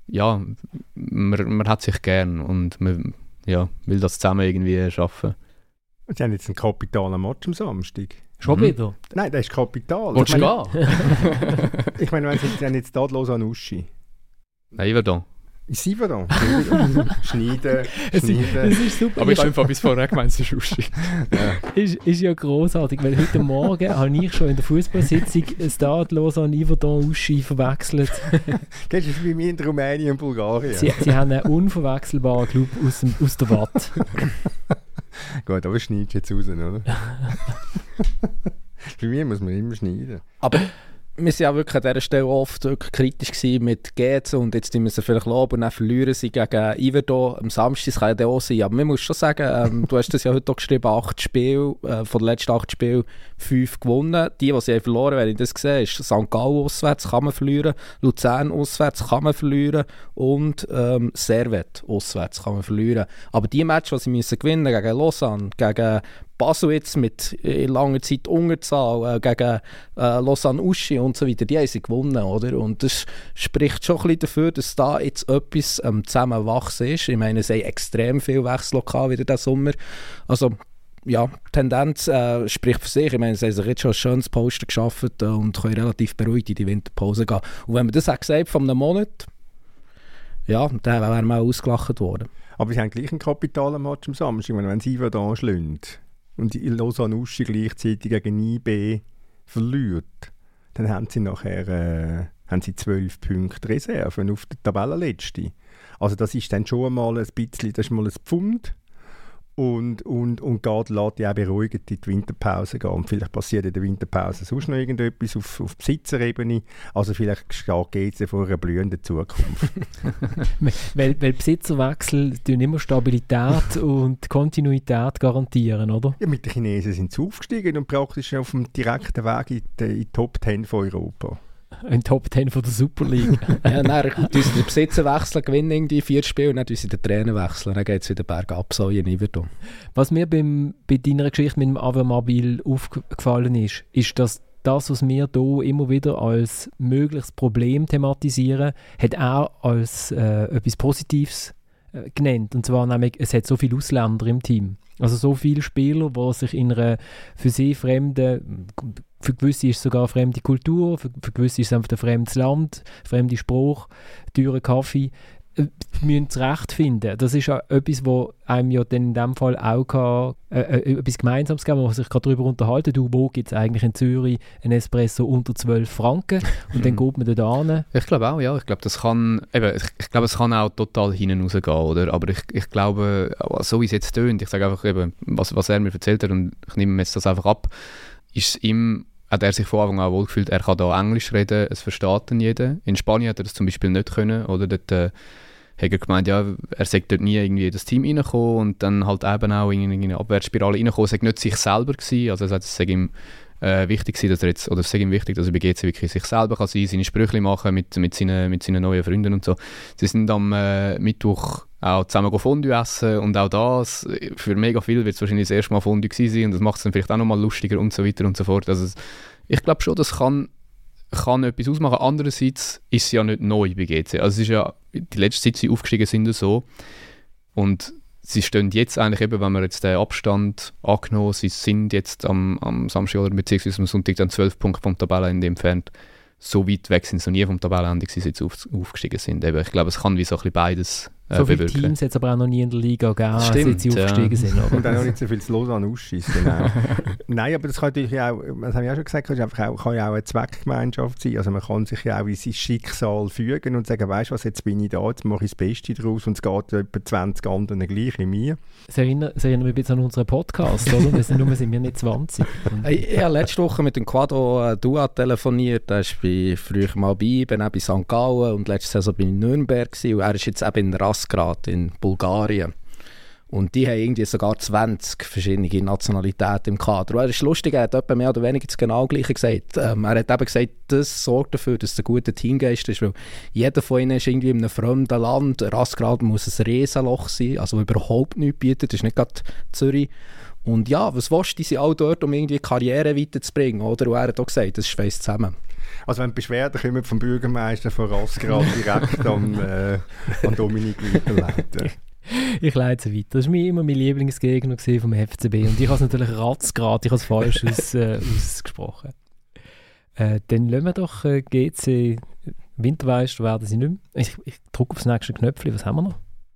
S2: ja, man, man hat sich gern und man ja, will das zusammen irgendwie schaffen.
S3: Sie haben jetzt einen kapitalen Match am Samstag.
S1: Schon
S2: Mhm.
S1: wieder?
S3: Nein, der ist kapital.
S2: Willst
S3: ich
S2: du
S3: meine,
S2: gehen?
S3: ich meine, wenn Sie haben jetzt Tadlos an Uschi.
S2: Nein, ich war da.
S3: Sie war da. Schneiden,
S1: Es ist,
S3: schneiden.
S1: es ist super.
S2: Aber ich habe einfach bis vorher gemeint, es ist lustig.
S1: ist, ist ja grossartig, weil heute Morgen habe ich schon in der Fußballsitzung Stadlos an Yverdon Uschi verwechselt.
S3: Kennst du das wie mir in Rumänien und Bulgarien?
S1: Sie, sie haben einen unverwechselbaren Club aus, dem, aus der Watt.
S3: Gut, aber schneidest du jetzt raus, oder? Bei mir muss man immer schneiden.
S4: Aber wir waren ja wirklich an dieser Stelle oft wirklich kritisch gewesen mit G Z und jetzt müssen wir sie vielleicht loben und dann verlieren sie gegen Yverdon am Samstag. Das kann ja dann auch sein. Aber man muss schon sagen, ähm, du hast das ja heute auch geschrieben, acht Spiele, äh, von den letzten acht Spielen fünf gewonnen. Die, die sie haben verloren, wenn ich das sehe, ist Sankt Gallen auswärts kann man verlieren, Luzern auswärts kann man verlieren und ähm, Servette auswärts kann man verlieren. Aber die Matches, die sie müssen gewinnen gegen Lausanne, gegen Basel jetzt mit in langer Zeit Unterzahl äh, gegen äh, Lausanne Uschi und so weiter, die haben sie gewonnen, oder? Und das spricht schon ein bisschen dafür, dass da jetzt etwas ähm, zusammenwachsen ist. Ich meine, es haben extrem viel Wechsel gehabt wieder diesen Sommer. Also, ja, die Tendenz äh, spricht für sich. Ich meine, sie haben sich jetzt schon ein schönes Poster geschaffen äh, und können relativ beruhigt in die Winterpause gehen. Und wenn man das auch gesagt von einem Monat, ja, dann wären wir auch ausgelacht worden.
S3: Aber sie haben gleich einen kapitalen Match am Samstag. Ich meine, wenn sie da anschlägt und die Lausanne Uschi gleichzeitig gegen I B verliert, dann haben sie nachher äh, haben sie zwölf Punkte Reserven auf der Tabellenletzte. Also das ist dann schon mal ein bisschen, das ist mal ein Pfund und, und, und geht, lässt die auch beruhigend in die Winterpause gehen. Und vielleicht passiert in der Winterpause sonst noch irgendetwas auf, auf Besitzerebene. Also vielleicht geht es vor einer blühenden Zukunft.
S1: weil, weil Besitzerwechsel tun immer Stabilität und Kontinuität garantieren, oder?
S3: Ja, mit den Chinesen sind sie aufgestiegen und praktisch auf dem direkten Weg in die, in die Top Ten von Europa.
S1: Ein Top Ten von der Super League.
S4: Ja, dann tun sie den Besitzer wechseln, gewinnen irgendwie vier Spiele und dann tun sie den Trainer wechseln. Dann geht es wieder bergab, so in Yverdon.
S1: Was mir beim, bei deiner Geschichte mit dem Avermabil aufgefallen ist, ist, dass das, was wir hier immer wieder als mögliches Problem thematisieren, hat auch als äh, etwas Positives äh, genannt. Und zwar nämlich, es hat so viele Ausländer im Team. Also so viele Spieler, die sich in einer für sie fremden, für gewisse ist es sogar eine fremde Kultur, für, für gewisse ist es einfach ein fremdes Land, fremde Sprache, teurer Kaffee, äh, müssen zurechtfinden. Das ist ja etwas, wo einem ja dann in dem Fall auch kann, äh, äh, etwas Gemeinsames geben, wo man sich gerade darüber unterhalten, du, wo gibt es eigentlich in Zürich ein Espresso unter zwölf Franken und dann geht man dort hin.
S2: Ich glaube auch, ja. Ich glaube, das kann, eben, ich, ich glaube, es kann auch total hinten rausgehen, oder? Aber ich, ich glaube, so wie es jetzt tönt, ich sage einfach eben, was, was er mir erzählt hat und ich nehme jetzt das einfach ab, ist ihm, hat er sich von Anfang an wohlgefühlt, er kann da Englisch reden, es versteht dann jeder. In Spanien hat er das zum Beispiel nicht können, oder? Dort äh, hat er gemeint, ja, er sei dort nie irgendwie in das Team reingekommen und dann halt eben auch in eine Abwärtsspirale reingekommen, er sei nicht sich selber gewesen, also er sagt, es sei ihm äh, wichtig gewesen, dass er jetzt, oder es sei ihm wichtig, dass er bei G C wirklich sich selber kann sein, seine Sprüche machen mit, mit, seinen, mit seinen neuen Freunden und so. Sie sind am äh, Mittwoch auch zusammen Fondue essen und auch das, für mega viel wird es wahrscheinlich das erste Mal Fondue gewesen sein und das macht es dann vielleicht auch nochmal lustiger und so weiter und so fort. Also ich glaube schon, das kann, kann etwas ausmachen. Andererseits ist es ja nicht neu bei G C. Also es ist ja, die letzte Zeit sie aufgestiegen sind so und sie stehen jetzt eigentlich eben, wenn wir jetzt den Abstand angenommen, sie sind jetzt am, am Samstag oder beziehungsweise am Sonntag dann zwölf Punkte vom Tabellenende entfernt. So weit weg sind sie noch nie vom Tabellenende, sie jetzt auf, aufgestiegen sind. Eben, ich glaube, es kann wie so ein bisschen beides äh,
S1: so viele
S2: bewirken.
S1: Teams hat es aber auch noch nie in der Liga gegeben,
S2: Stimmt,
S1: seit sie aufgestiegen
S2: ja.
S1: sind. Oder?
S3: Und dann auch nicht so viel zu Lausanne ausschießen. Genau. Nein, aber das kann natürlich auch, das haben wir ja schon gesagt, kann, einfach auch, kann ja auch eine Zweckgemeinschaft sein. Also man kann sich ja auch in sein Schicksal fügen und sagen, weißt du was, jetzt bin ich da, jetzt mache ich das Beste daraus und es geht etwa zwanzig anderen gleich wie mir.
S1: Das erinnert, das erinnert mich ein bisschen an unseren Podcast, oder? Wir sind, nur sind wir nicht zwanzig.
S4: Ich, ich habe letzte Woche mit dem Quado äh, Dua telefoniert. Er ist bei, früher mal bei, bin auch bei Sankt Gallen und letzte Saison bei Nürnberg gewesen. Und er ist jetzt eben in Razgrad in Bulgarien. Und die haben irgendwie sogar zwanzig verschiedene Nationalitäten im Kader. Und er ist lustig, er hat etwa mehr oder weniger das genau Gleiche gesagt. Ähm, er hat eben gesagt, das sorgt dafür, dass es ein guter Teamgeist ist, weil jeder von ihnen ist irgendwie in einem fremden Land. Razgrad muss ein Riesenloch sein, also überhaupt nichts bietet. Das ist nicht gerade Zürich. Und ja, was willst du, die sind alle dort, um irgendwie Karriere weiterzubringen, oder? Und er hat auch gesagt, das schweißt zusammen.
S3: Also wenn Beschwerden kommen vom Bürgermeister von Rassgrad direkt an, äh, an Dominik weiterleiten.
S1: Ich leite es weiter. Das war immer mein Lieblingsgegner vom F C B. Und ich habe es natürlich Ratzgrad, ich habe es falsch aus, äh, ausgesprochen. Äh, dann lassen wir doch äh, G C Wintermeister werden sie nicht mehr. Ich, ich drücke aufs nächste Knöpfchen. Was haben wir noch?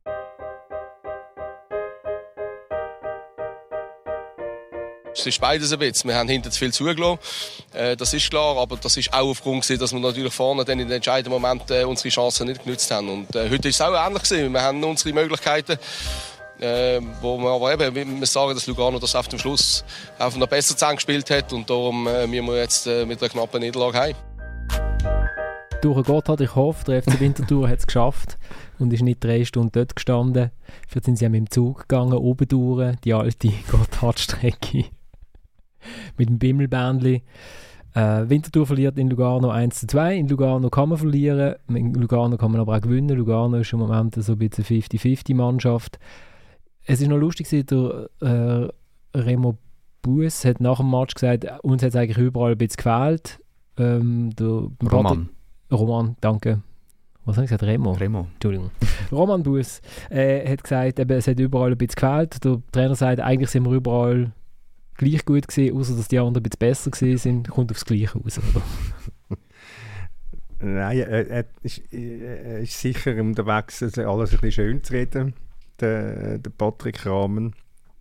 S8: Es ist beides ein bisschen. Wir haben hinten zu viel zugelassen, äh, das ist klar, aber das ist auch aufgrund gewesen, dass wir natürlich vorne dann in den entscheidenden Momenten äh, unsere Chancen nicht genutzt haben. Und äh, heute ist es auch ähnlich gewesen. Wir haben unsere Möglichkeiten, äh, wo wir aber eben, wie wir sagen, dass Lugano das auf dem Schluss einfach noch besser zusammengespielt hat und darum äh, müssen wir jetzt äh, mit einer knappen Niederlage heim.
S1: Durch Gotthard, ich hoffe, der F C Winterthur hat es geschafft und ist nicht drei Stunden dort gestanden. Vielleicht sind sie auch mit dem Zug gegangen, oben durch, die alte Gotthard-Strecke. Mit dem Bimmelbändli. Äh, Winterthur verliert in Lugano eins zu zwei. In Lugano kann man verlieren, in Lugano kann man aber auch gewinnen. Lugano ist im Moment so ein bisschen fünfzig fünfzig Mannschaft. Es ist noch lustig, der äh, Remo Bues hat nach dem Match gesagt, uns hat es eigentlich überall ein bisschen gefehlt. Ähm, der
S2: Roman.
S1: Roman, danke. Was habe ich gesagt? Remo?
S2: Remo.
S1: Entschuldigung. Roman Bues äh, hat gesagt, eben, es hat überall ein bisschen gefehlt. Der Trainer sagt, eigentlich sind wir überall gleich gut gewesen, außer dass die anderen ein bisschen besser gewesen sind. Kommt aufs Gleiche raus, oder?
S3: Nein, er, er, ist, er ist sicher unterwegs, alles ein bisschen schön zu reden, der, der Patrick Rahmen.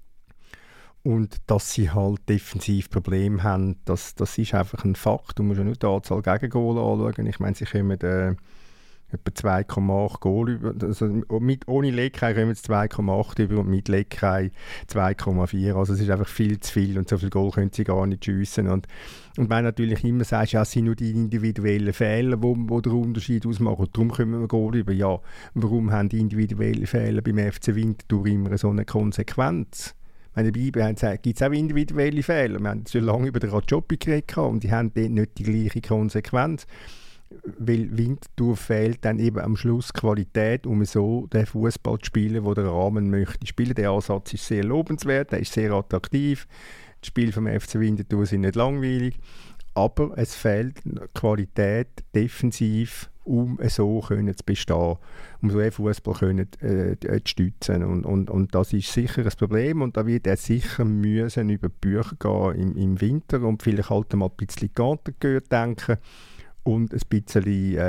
S3: Und dass sie halt defensiv Probleme haben, das, das ist einfach ein Fakt. Du musst ja nur die Anzahl Gegengole anschauen. Ich meine, sie kommen äh, etwa zwei Komma acht Goal über. Also mit, ohne Leckei kommen sie zwei Komma acht über und mit Leckei zwei Komma vier. Also es ist einfach viel zu viel und so viel Goal können sie gar nicht schiessen. Und, und wenn natürlich immer sagst, ja, es sind nur die individuellen Fehler, die wo, wo den Unterschied ausmachen, und darum kommen wir Goal über. Ja, warum haben die individuellen Fehler beim F C Winterthur immer so eine Konsequenz? Wenn die Bibel gibt es auch individuelle Fehler. Wir haben schon lange über den Rajopi geredet und die haben dort nicht die gleiche Konsequenz. Weil Winterthur fehlt dann eben am Schluss Qualität, um so den Fußball zu spielen, den der Rahmen möchte spielen. Der Ansatz ist sehr lobenswert, der ist sehr attraktiv. Die Spiele vom F C Winterthur sind nicht langweilig. Aber es fehlt Qualität defensiv, um so können zu bestehen, um so einen Fußball können, äh, zu stützen. Und, und, und das ist sicher ein Problem und da wird er sicher müssen über die Bücher gehen im, im Winter und vielleicht halt mal ein bisschen Kanten denken und ein bisschen,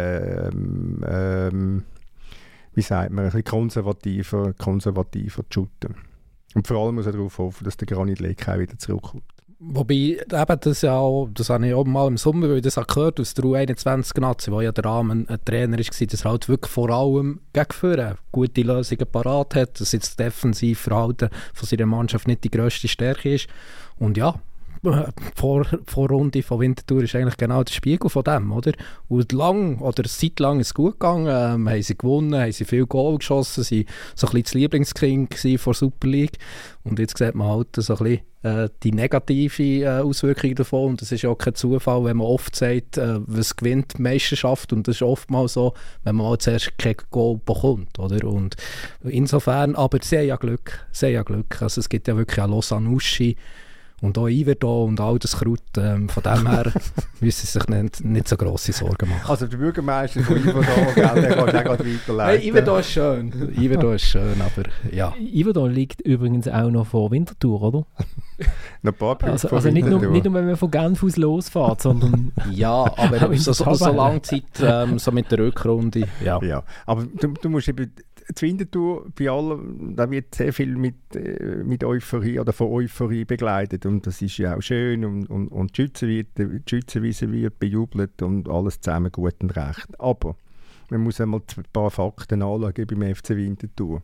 S3: ähm, ähm, wie sagt man, ein bisschen konservativer, konservativer zu shooten. Und vor allem muss er darauf hoffen, dass der Granit Leckau wieder zurückkommt.
S4: Wobei, eben das ja auch, das habe ich auch mal im Sommer, weil ich das auch gehört aus der U einundzwanzig-Nazi, wo ja der Rahmen ein Trainer war, dass er halt wirklich vor allem gegen vorne gute Lösungen parat hat, dass jetzt das Defensivverhalten von seiner Mannschaft nicht die grösste Stärke ist. Und ja, vor, vor Runde von Winterthur ist eigentlich genau der Spiegel von dem, oder? Und lang, oder seit lang ist es gut gegangen, ähm, haben sie gewonnen, haben sie viel Goal geschossen, sie waren so ein bisschen das Lieblingskind von Super League. Und jetzt sieht man halt so ein bisschen äh, die negative äh, Auswirkung davon. Und das ist ja auch kein Zufall, wenn man oft sagt, äh, was gewinnt die Meisterschaft. Und das ist oftmals so, wenn man mal zuerst kein Goal bekommt, oder? Und insofern, aber sie haben ja Glück, sie haben ja Glück. Also es gibt ja wirklich auch Lausanne Uschi und auch Iverdo und all das Kraut. Ähm, von dem her müssen sie sich nicht, nicht so grosse Sorgen machen.
S3: Also der Bürgermeister von Iverdo, der kann auch gerade weiterleiten.
S4: Hey, Iverdo ist schön. Iverdo ist schön, aber ja.
S1: Iverdo liegt übrigens auch noch vor Winterthur, oder?
S3: Noch ein paar Punkte
S1: also also nicht, nur, nicht nur, wenn man von Genf aus losfährt, sondern...
S4: ja, aber so, so, so lange Zeit, ähm, so mit der Rückrunde. Ja,
S3: ja aber du, du musst eben... Die Winterthur, bei allem, da wird sehr viel mit, äh, mit Euphorie oder von Euphorie begleitet und das ist ja auch schön und, und, und die Schützenwiese wird bejubelt und alles zusammen gut und recht. Aber man muss einmal ein paar Fakten anschauen beim F C Winterthur.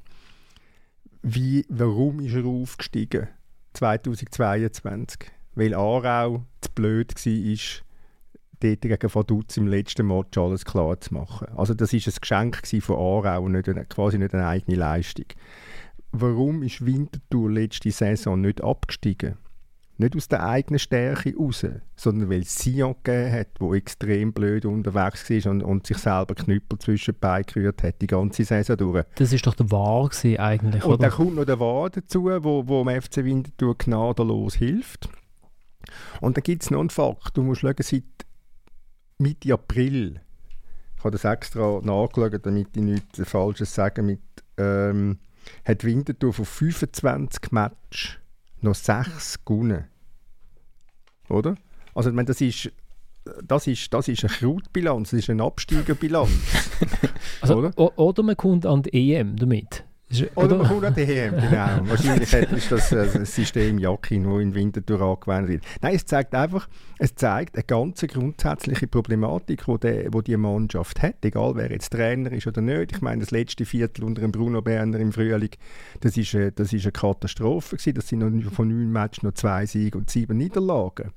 S3: Wie, warum ist er aufgestiegen zweitausendzweiundzwanzig? Weil Aarau zu blöd war, dort gegen Vaduz im letzten Match alles klar zu machen. Also das war ein Geschenk von Aarau, nicht eine, quasi nicht eine eigene Leistung. Warum ist Winterthur letzte Saison nicht abgestiegen? Nicht aus der eigenen Stärke raus, sondern weil es Sion gegeben hat, der extrem blöd unterwegs war und, und sich selber Knüppel zwischen die Beine gerührt hat, die ganze Saison durch.
S1: Das war doch der War eigentlich,
S3: und
S1: oder?
S3: dann kommt noch der War dazu, wo, wo dem F C Winterthur gnadenlos hilft. Und dann gibt es noch einen Fakt. Du musst schauen, seit Mitte April, ich habe das extra nachgeschaut, damit ich nichts Falsches sage, mit, ähm, hat Winterthur von fünfundzwanzig Matches noch sechs gewonnen. Oder? Also ich meine, das ist, das ist, das ist eine Krautbilanz, das ist eine Absteigerbilanz.
S1: also,
S3: oder?
S1: O- oder man kommt an die E M damit. Ist,
S3: oder,
S1: oder
S3: man kommt an die E M, genau. Wahrscheinlich ist das äh, das System Jackin, das in Winterthur angewendet wird. Nein, es zeigt einfach, es zeigt eine ganz grundsätzliche Problematik, die die, wo die Mannschaft hat, egal wer jetzt Trainer ist oder nicht. Ich meine, das letzte Viertel unter dem Bruno Berner im Frühling, das ist, äh, das ist eine Katastrophe gewesen. Das sind noch, von neun Matches noch zwei Siege und sieben Niederlagen.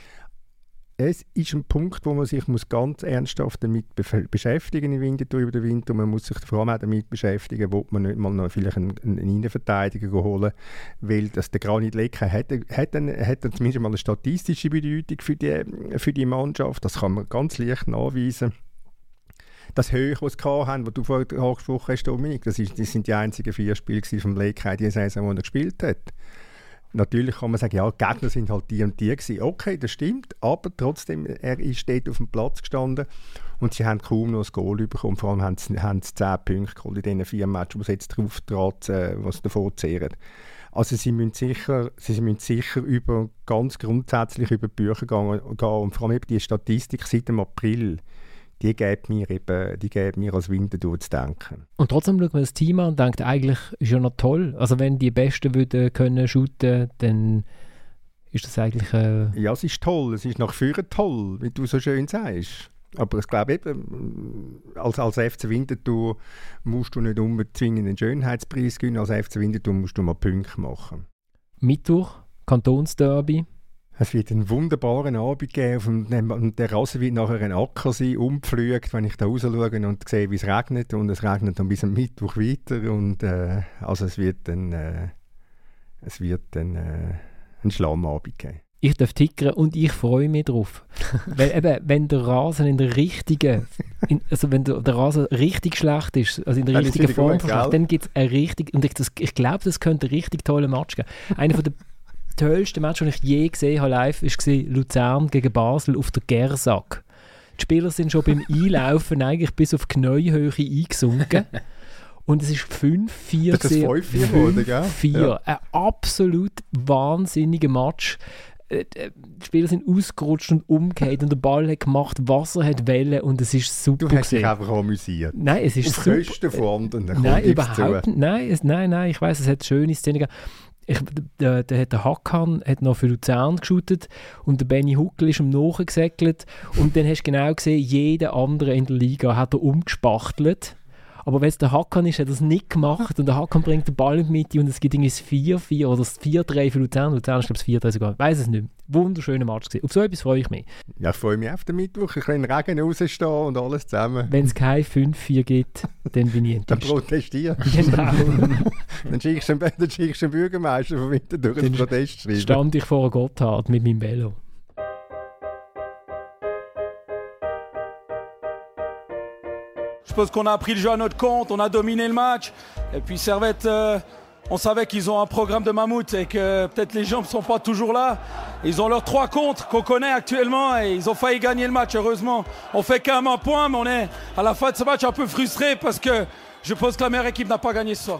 S3: Es ist ein Punkt, wo man sich muss ganz ernsthaft damit bef- beschäftigen im Winterthur über den Winter. Man muss sich vor allem auch damit beschäftigen, wo man nicht mal noch vielleicht einen, einen Innenverteidiger holen, weil das, der Granit Xhaka hat, hat, eine, hat zumindest mal eine statistische Bedeutung für die, für die Mannschaft. Das kann man ganz leicht nachweisen. Das Höhe, das sie hatten, was du vorhin angesprochen hast, Dominik, das, ist, das sind die einzigen vier Spiele vom Xhaka, die Saison, die er gespielt hat. Natürlich kann man sagen, ja, die Gegner sind halt die und die gewesen. Okay, das stimmt, aber trotzdem, er ist dort auf dem Platz gestanden und sie haben kaum noch ein Goal bekommen. Vor allem haben sie, haben sie zehn Punkte geholt in diesen vier Matches, wo sie jetzt drauf traten, was davor zehren. Also sie müssen sicher, sie müssen sicher über, ganz grundsätzlich über die Bücher gehen, gehen und vor allem eben die Statistik seit dem April, die gibt mir eben, die gibt mir als Winterthur zu denken.
S1: Und trotzdem schaut man das Team an und denkt, eigentlich ist ja noch toll. Also wenn die Besten würden können shooten, dann ist das eigentlich... Äh
S3: ja, es ist toll. Es ist nach vorne toll, wie du so schön sagst. Aber ich glaube eben, als, als F C Winterthur musst du nicht unbedingt einen Schönheitspreis gewinnen. Als F C Winterthur musst du mal Punkte machen.
S1: Mittwoch, Kantonsderby.
S3: Es wird einen wunderbaren Abend geben und der Rasen wird nachher ein Acker sein, umgepflügt, wenn ich da raus schaue und sehe, wie es regnet. Und es regnet dann bis am Mittwoch weiter. Und, äh, also es wird dann, äh, es wird dann äh, einen Schlammabend geben.
S1: Ich darf tickern und ich freue mich drauf. Weil eben, wenn der Rasen in der richtigen, in, also wenn der, der Rasen richtig schlecht ist, also in der richtigen Form, gut, dann gibt es eine richtig, und ich, das, ich glaube, das könnte ein richtig toller Match geben. Einer von der tollsten Match, den ich je gesehen habe live, war Luzern gegen Basel auf der Gersack. Die Spieler sind schon beim Einlaufen eigentlich bis auf Kniehöhe eingesunken. Und es ist fünf vier.
S3: Das ist fünf vier, gell?
S1: Ja. Ein absolut wahnsinniger Match. Die Spieler sind ausgerutscht und umgekehrt und der Ball hat gemacht, Wasser hat Wellen und es ist super.
S3: Du hast dich einfach amüsiert.
S1: Nein, es ist
S3: auf
S1: super.
S3: Auf Kosten von anderen.
S1: Nein, überhaupt nicht. Nein, es, nein, nein, ich weiss, es hat schöne Szenen gegeben. Ich, der, der, der Hakan hat noch für Luzern geshootet und der Benny Huckel ist am Nachher gesäckelt und dann hast du genau gesehen, jeder andere in der Liga hat er umgespachtelt. Aber wenn es der Hakan ist, hat er es nicht gemacht und der Hakan bringt den Ball in die Mitte und es gibt irgendwie das vier vier oder das vier drei für Luzern. Luzern ist glaube ich das vier drei sogar, ich weiss es nicht mehr. Wunderschöner Match gewesen. Auf so etwas freue ich mich.
S3: Ja, ich freue mich auf den Mittwoch, ich kann in den Regen rausstehen und alles zusammen.
S1: Wenn es kein fünf vier gibt, dann bin ich enttäuscht.
S3: Dann protestieren.
S1: Genau.
S3: Dann schickst du den Bürgermeister von Winterthur ins Protest schreiben.
S1: Stand ich vor Gotthard mit meinem Velo.
S9: Je pense qu'on a pris le jeu à notre compte, on a dominé le match. Et puis Servette, euh, on savait qu'ils ont un programme de mammouth et que peut-être les gens ne sont pas toujours là. Ils ont leurs trois contres qu'on connaît actuellement et ils ont failli gagner le match, heureusement. On fait quand même un point, mais on est à la fin de ce match un peu frustré parce que je pense que la meilleure équipe n'a pas gagné ce soir.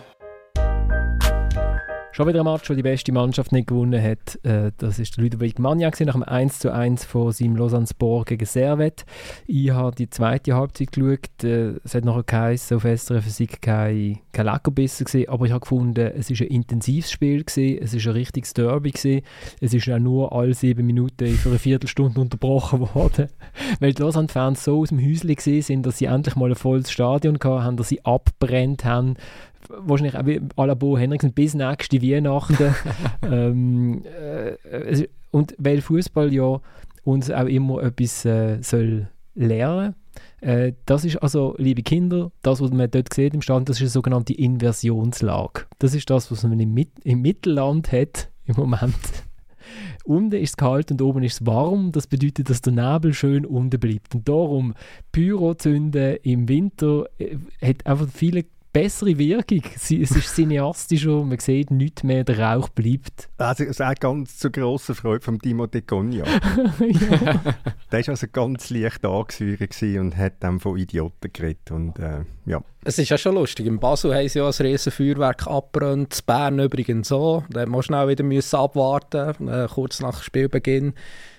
S1: Schon wieder ein Match, wo die beste Mannschaft nicht gewonnen hat. Äh, das war der Ludovic Magna nach dem eins zu eins von seinem Lausanne-Sport gegen Servette. Ich habe die zweite Halbzeit geschaut. Äh, es hat nachher geheißen, auf S R F Physik kein, kein Leckerbissen gewesen, aber ich habe gefunden, es war ein intensives Spiel gewesen, es war ein richtiges Derby gewesen. Es ist auch nur alle sieben Minuten für eine Viertelstunde unterbrochen worden, weil die Lausanne-Fans so aus dem Häuschen gewesen sind, dass sie endlich mal ein volles Stadion hatten, dass sie abbrennt haben. Wahrscheinlich auch wie à la Bo Henriksen bis nächste Weihnachten. ähm, äh, und weil Fußball ja uns auch immer etwas äh, soll lernen. Äh, das ist also, liebe Kinder, das, was man dort sieht im Stand, das ist eine sogenannte Inversionslage. Das ist das, was man im, Mit- im Mittelland hat im Moment. Unten ist es kalt und oben ist es warm. Das bedeutet, dass der Nebel schön unten bleibt. Und darum Pyro zünden im Winter äh, hat einfach viele bessere Wirkung. Es ist cineastischer, man sieht nichts mehr, der Rauch bleibt.
S3: Also es ist ganz zur grossen Freude von Timothée Cognac.
S1: Ja.
S3: Der war also ganz leicht angesäuert und hat dann von Idioten geredet. Und, äh, ja.
S4: Es ist ja schon lustig. In Basel haben sie ja ein riesen Feuerwerk abgebrannt, in Bern übrigens so. Da musst du schnell wieder müssen abwarten, äh, kurz nach Spielbeginn.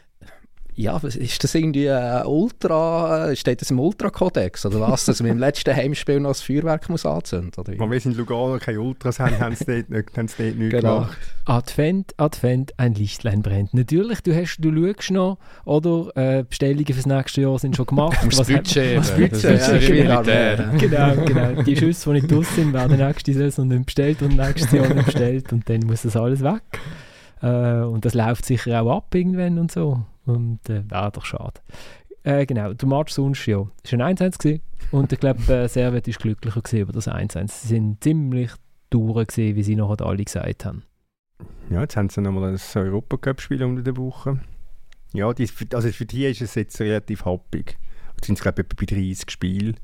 S4: Ja, ist das irgendwie ein Ultra, steht das im Ultra-Kodex oder was, dass man im letzten Heimspiel noch das Feuerwerk muss anzünden muss?
S3: Wenn wir in Lugano keine Ultras haben, haben sie dort nicht, haben sie dort nichts
S4: genau.
S3: gemacht.
S1: Advent, Advent, ein Lichtlein brennt. Natürlich, du, hast, du schaust noch, oder äh, Bestellungen fürs nächste Jahr sind schon gemacht.
S2: Das
S1: was
S2: Budget.
S1: Was
S2: Das
S1: Budget,
S2: ist
S1: ja,
S2: genau,
S1: genau, genau. Die Schüsse, die nicht draus sind, werden nächste Saison nicht bestellt und nächstes Jahr nicht bestellt und dann muss das alles weg. Äh, und das läuft sicher auch ab irgendwann und so. Und äh, wäre doch schade. Äh, genau, der Match sonst, ja, es war ein eins eins gewesen. Und ich glaube, äh, Servet war glücklicher gewesen über das eins eins. Sie sind ziemlich durch gewesen, wie sie nachher alle gesagt haben.
S3: Ja, jetzt haben sie nochmal ein Europacup-Spiel unter der Woche. Ja, die, also für die ist es jetzt relativ happig. Jetzt sind es, glaube ich, bei dreißig Spielen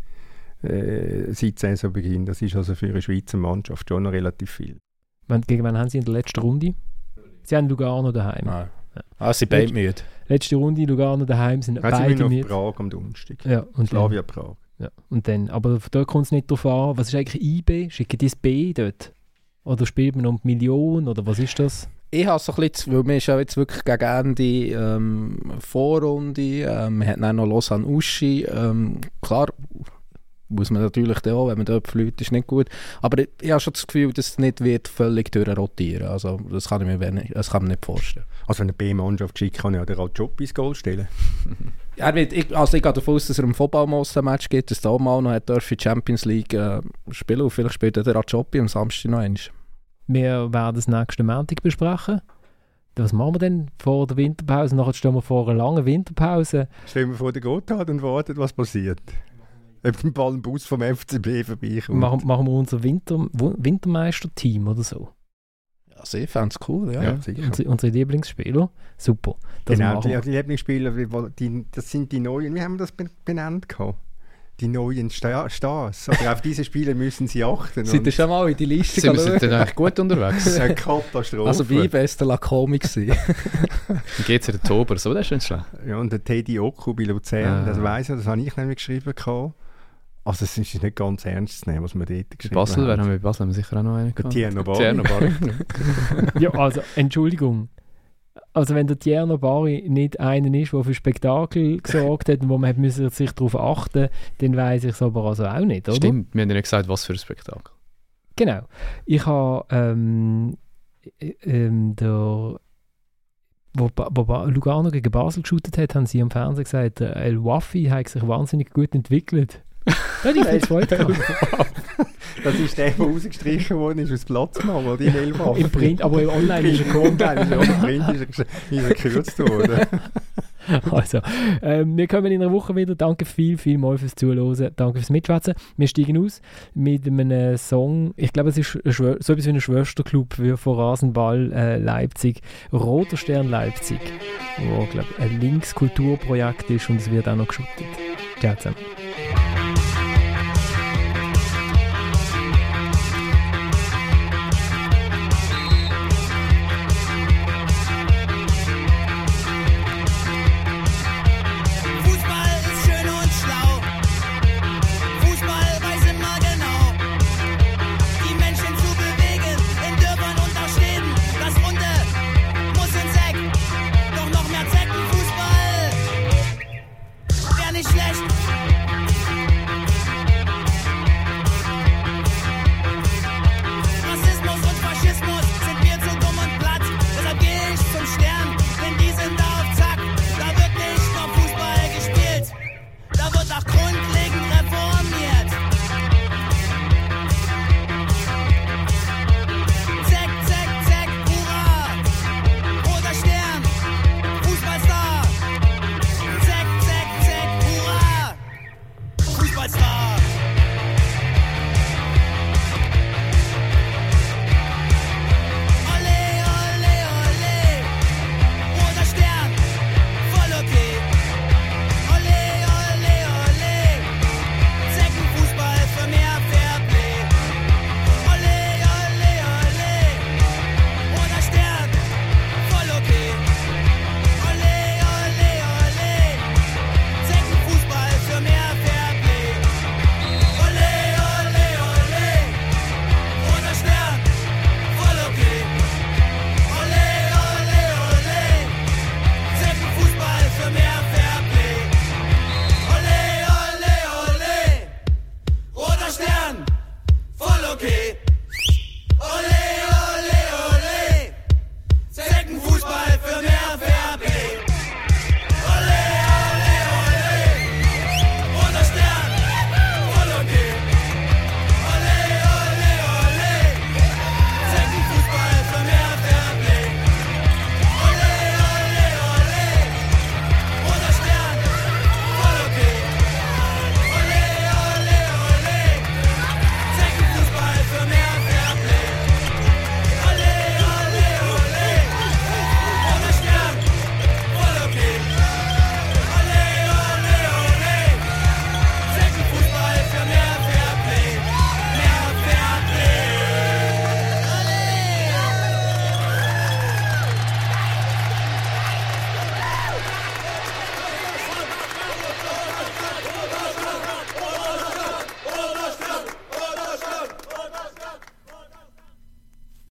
S3: äh, seit Saisonbeginn. Das ist also für eine Schweizer Mannschaft schon noch relativ viel.
S1: Wann, gegen wen haben sie in der letzten Runde? Sie haben Lugano daheim.
S4: Ah, ja. ah sie beide müde.
S1: Letzte Runde Lugano daheim sind
S3: also
S1: beide
S3: müde.
S1: mit.
S3: Prag am Donnerstag.
S1: Ja, und
S3: Slavia Prag.
S1: Ja, und dann, aber da kommt es nicht darauf an, was ist eigentlich I B? Schicken die das B dort? Oder spielt man um die Million? Oder was ist das?
S4: Ich habe so ein bisschen, weil wir ist ja jetzt wirklich gegen Ende ähm, Vorrunde, ähm, wir hatten dann noch Lausanne Uschi, ähm, klar, muss man natürlich dann auch, wenn man dort fliegt, ist nicht gut. Aber ich, ich habe schon das Gefühl, dass es nicht wird völlig durchrotieren. Also das kann ich mir wenig, das kann man nicht vorstellen.
S3: Also wenn eine B-Mannschaft schickt, kann ja der Rajopi ins Goal stellen.
S4: Er wird, ich, also ich gehe davon aus, dass er im Football-Match gibt, dass er auch mal noch in die Champions League äh, spielen und vielleicht spielt der Rajopi am Samstag noch einmal.
S1: Wir werden das nächste Montag besprechen. Was machen wir denn vor der Winterpause? Nachher stehen wir vor einer langen Winterpause.
S3: Stehen wir vor der Gotthard und warten, was passiert. Ob der Ball im Bus vom F C B vorbeikommt.
S1: Machen, machen wir unser Winter, Wintermeister-Team oder so?
S4: Also ich fände es cool, ja.
S3: ja,
S1: ja sicher. Unsere, unsere Lieblingsspieler, super. Das
S3: genau, die, die Lieblingsspieler, die, das sind die neuen, wie haben wir das benannt gehabt? Die neuen Stars. Aber auf diese Spieler müssen sie achten.
S4: Sind ihr schon mal in die Liste
S2: geschaut? Sie sind eigentlich gut unterwegs.
S3: Das ist eine Katastrophe.
S4: Also wie beste Lakomik gewesen.
S2: Dann geht es in den Oktober, so, das ist nicht schlecht.
S3: Ja, und der Teddy Oku bei Luzern,
S2: ah.
S3: das weiss ich, das habe ich nämlich geschrieben gehabt. Also es ist nicht ganz ernst zu nehmen, was wir dort geschrieben
S2: Basel,
S3: haben.
S2: Basel, wir Basel haben wir sicher auch noch einen gehabt.
S3: Tierno Bari.
S2: Tierno Bari.
S1: Ja, also Entschuldigung. Also wenn der Tierno Bari nicht einer ist, der für Spektakel gesorgt hat und wo man müssen sich darauf achten, dann weiss ich es aber also auch nicht, oder?
S2: Stimmt, wir haben ja nicht gesagt, was für ein Spektakel.
S1: Genau. Ich habe ähm, ähm, der Wo, wo Lugano gegen Basel geshootet hat, haben sie am Fernsehen gesagt, der El Wafi hat sich wahnsinnig gut entwickelt. Ja, die hat Freude gehabt.
S3: Das ist der, der rausgestrichen worden ist aus Platzmangel, die El Wafi.
S1: Im Print, aber online ist er
S3: online, ist er im Print ist er gekürzt worden.
S1: Also, ähm, wir kommen in einer Woche wieder. Danke viel, viel mal fürs Zuhören. Danke fürs Mitschwätzen. Wir steigen aus mit einem Song. Ich glaube, es ist so etwas wie ein Schwesterclub für von Rasenball äh, Leipzig. Roter Stern Leipzig. Wo, glaube ich, ein Linkskulturprojekt ist und es wird auch noch geschuttet. Ciao zusammen.
S10: Schlecht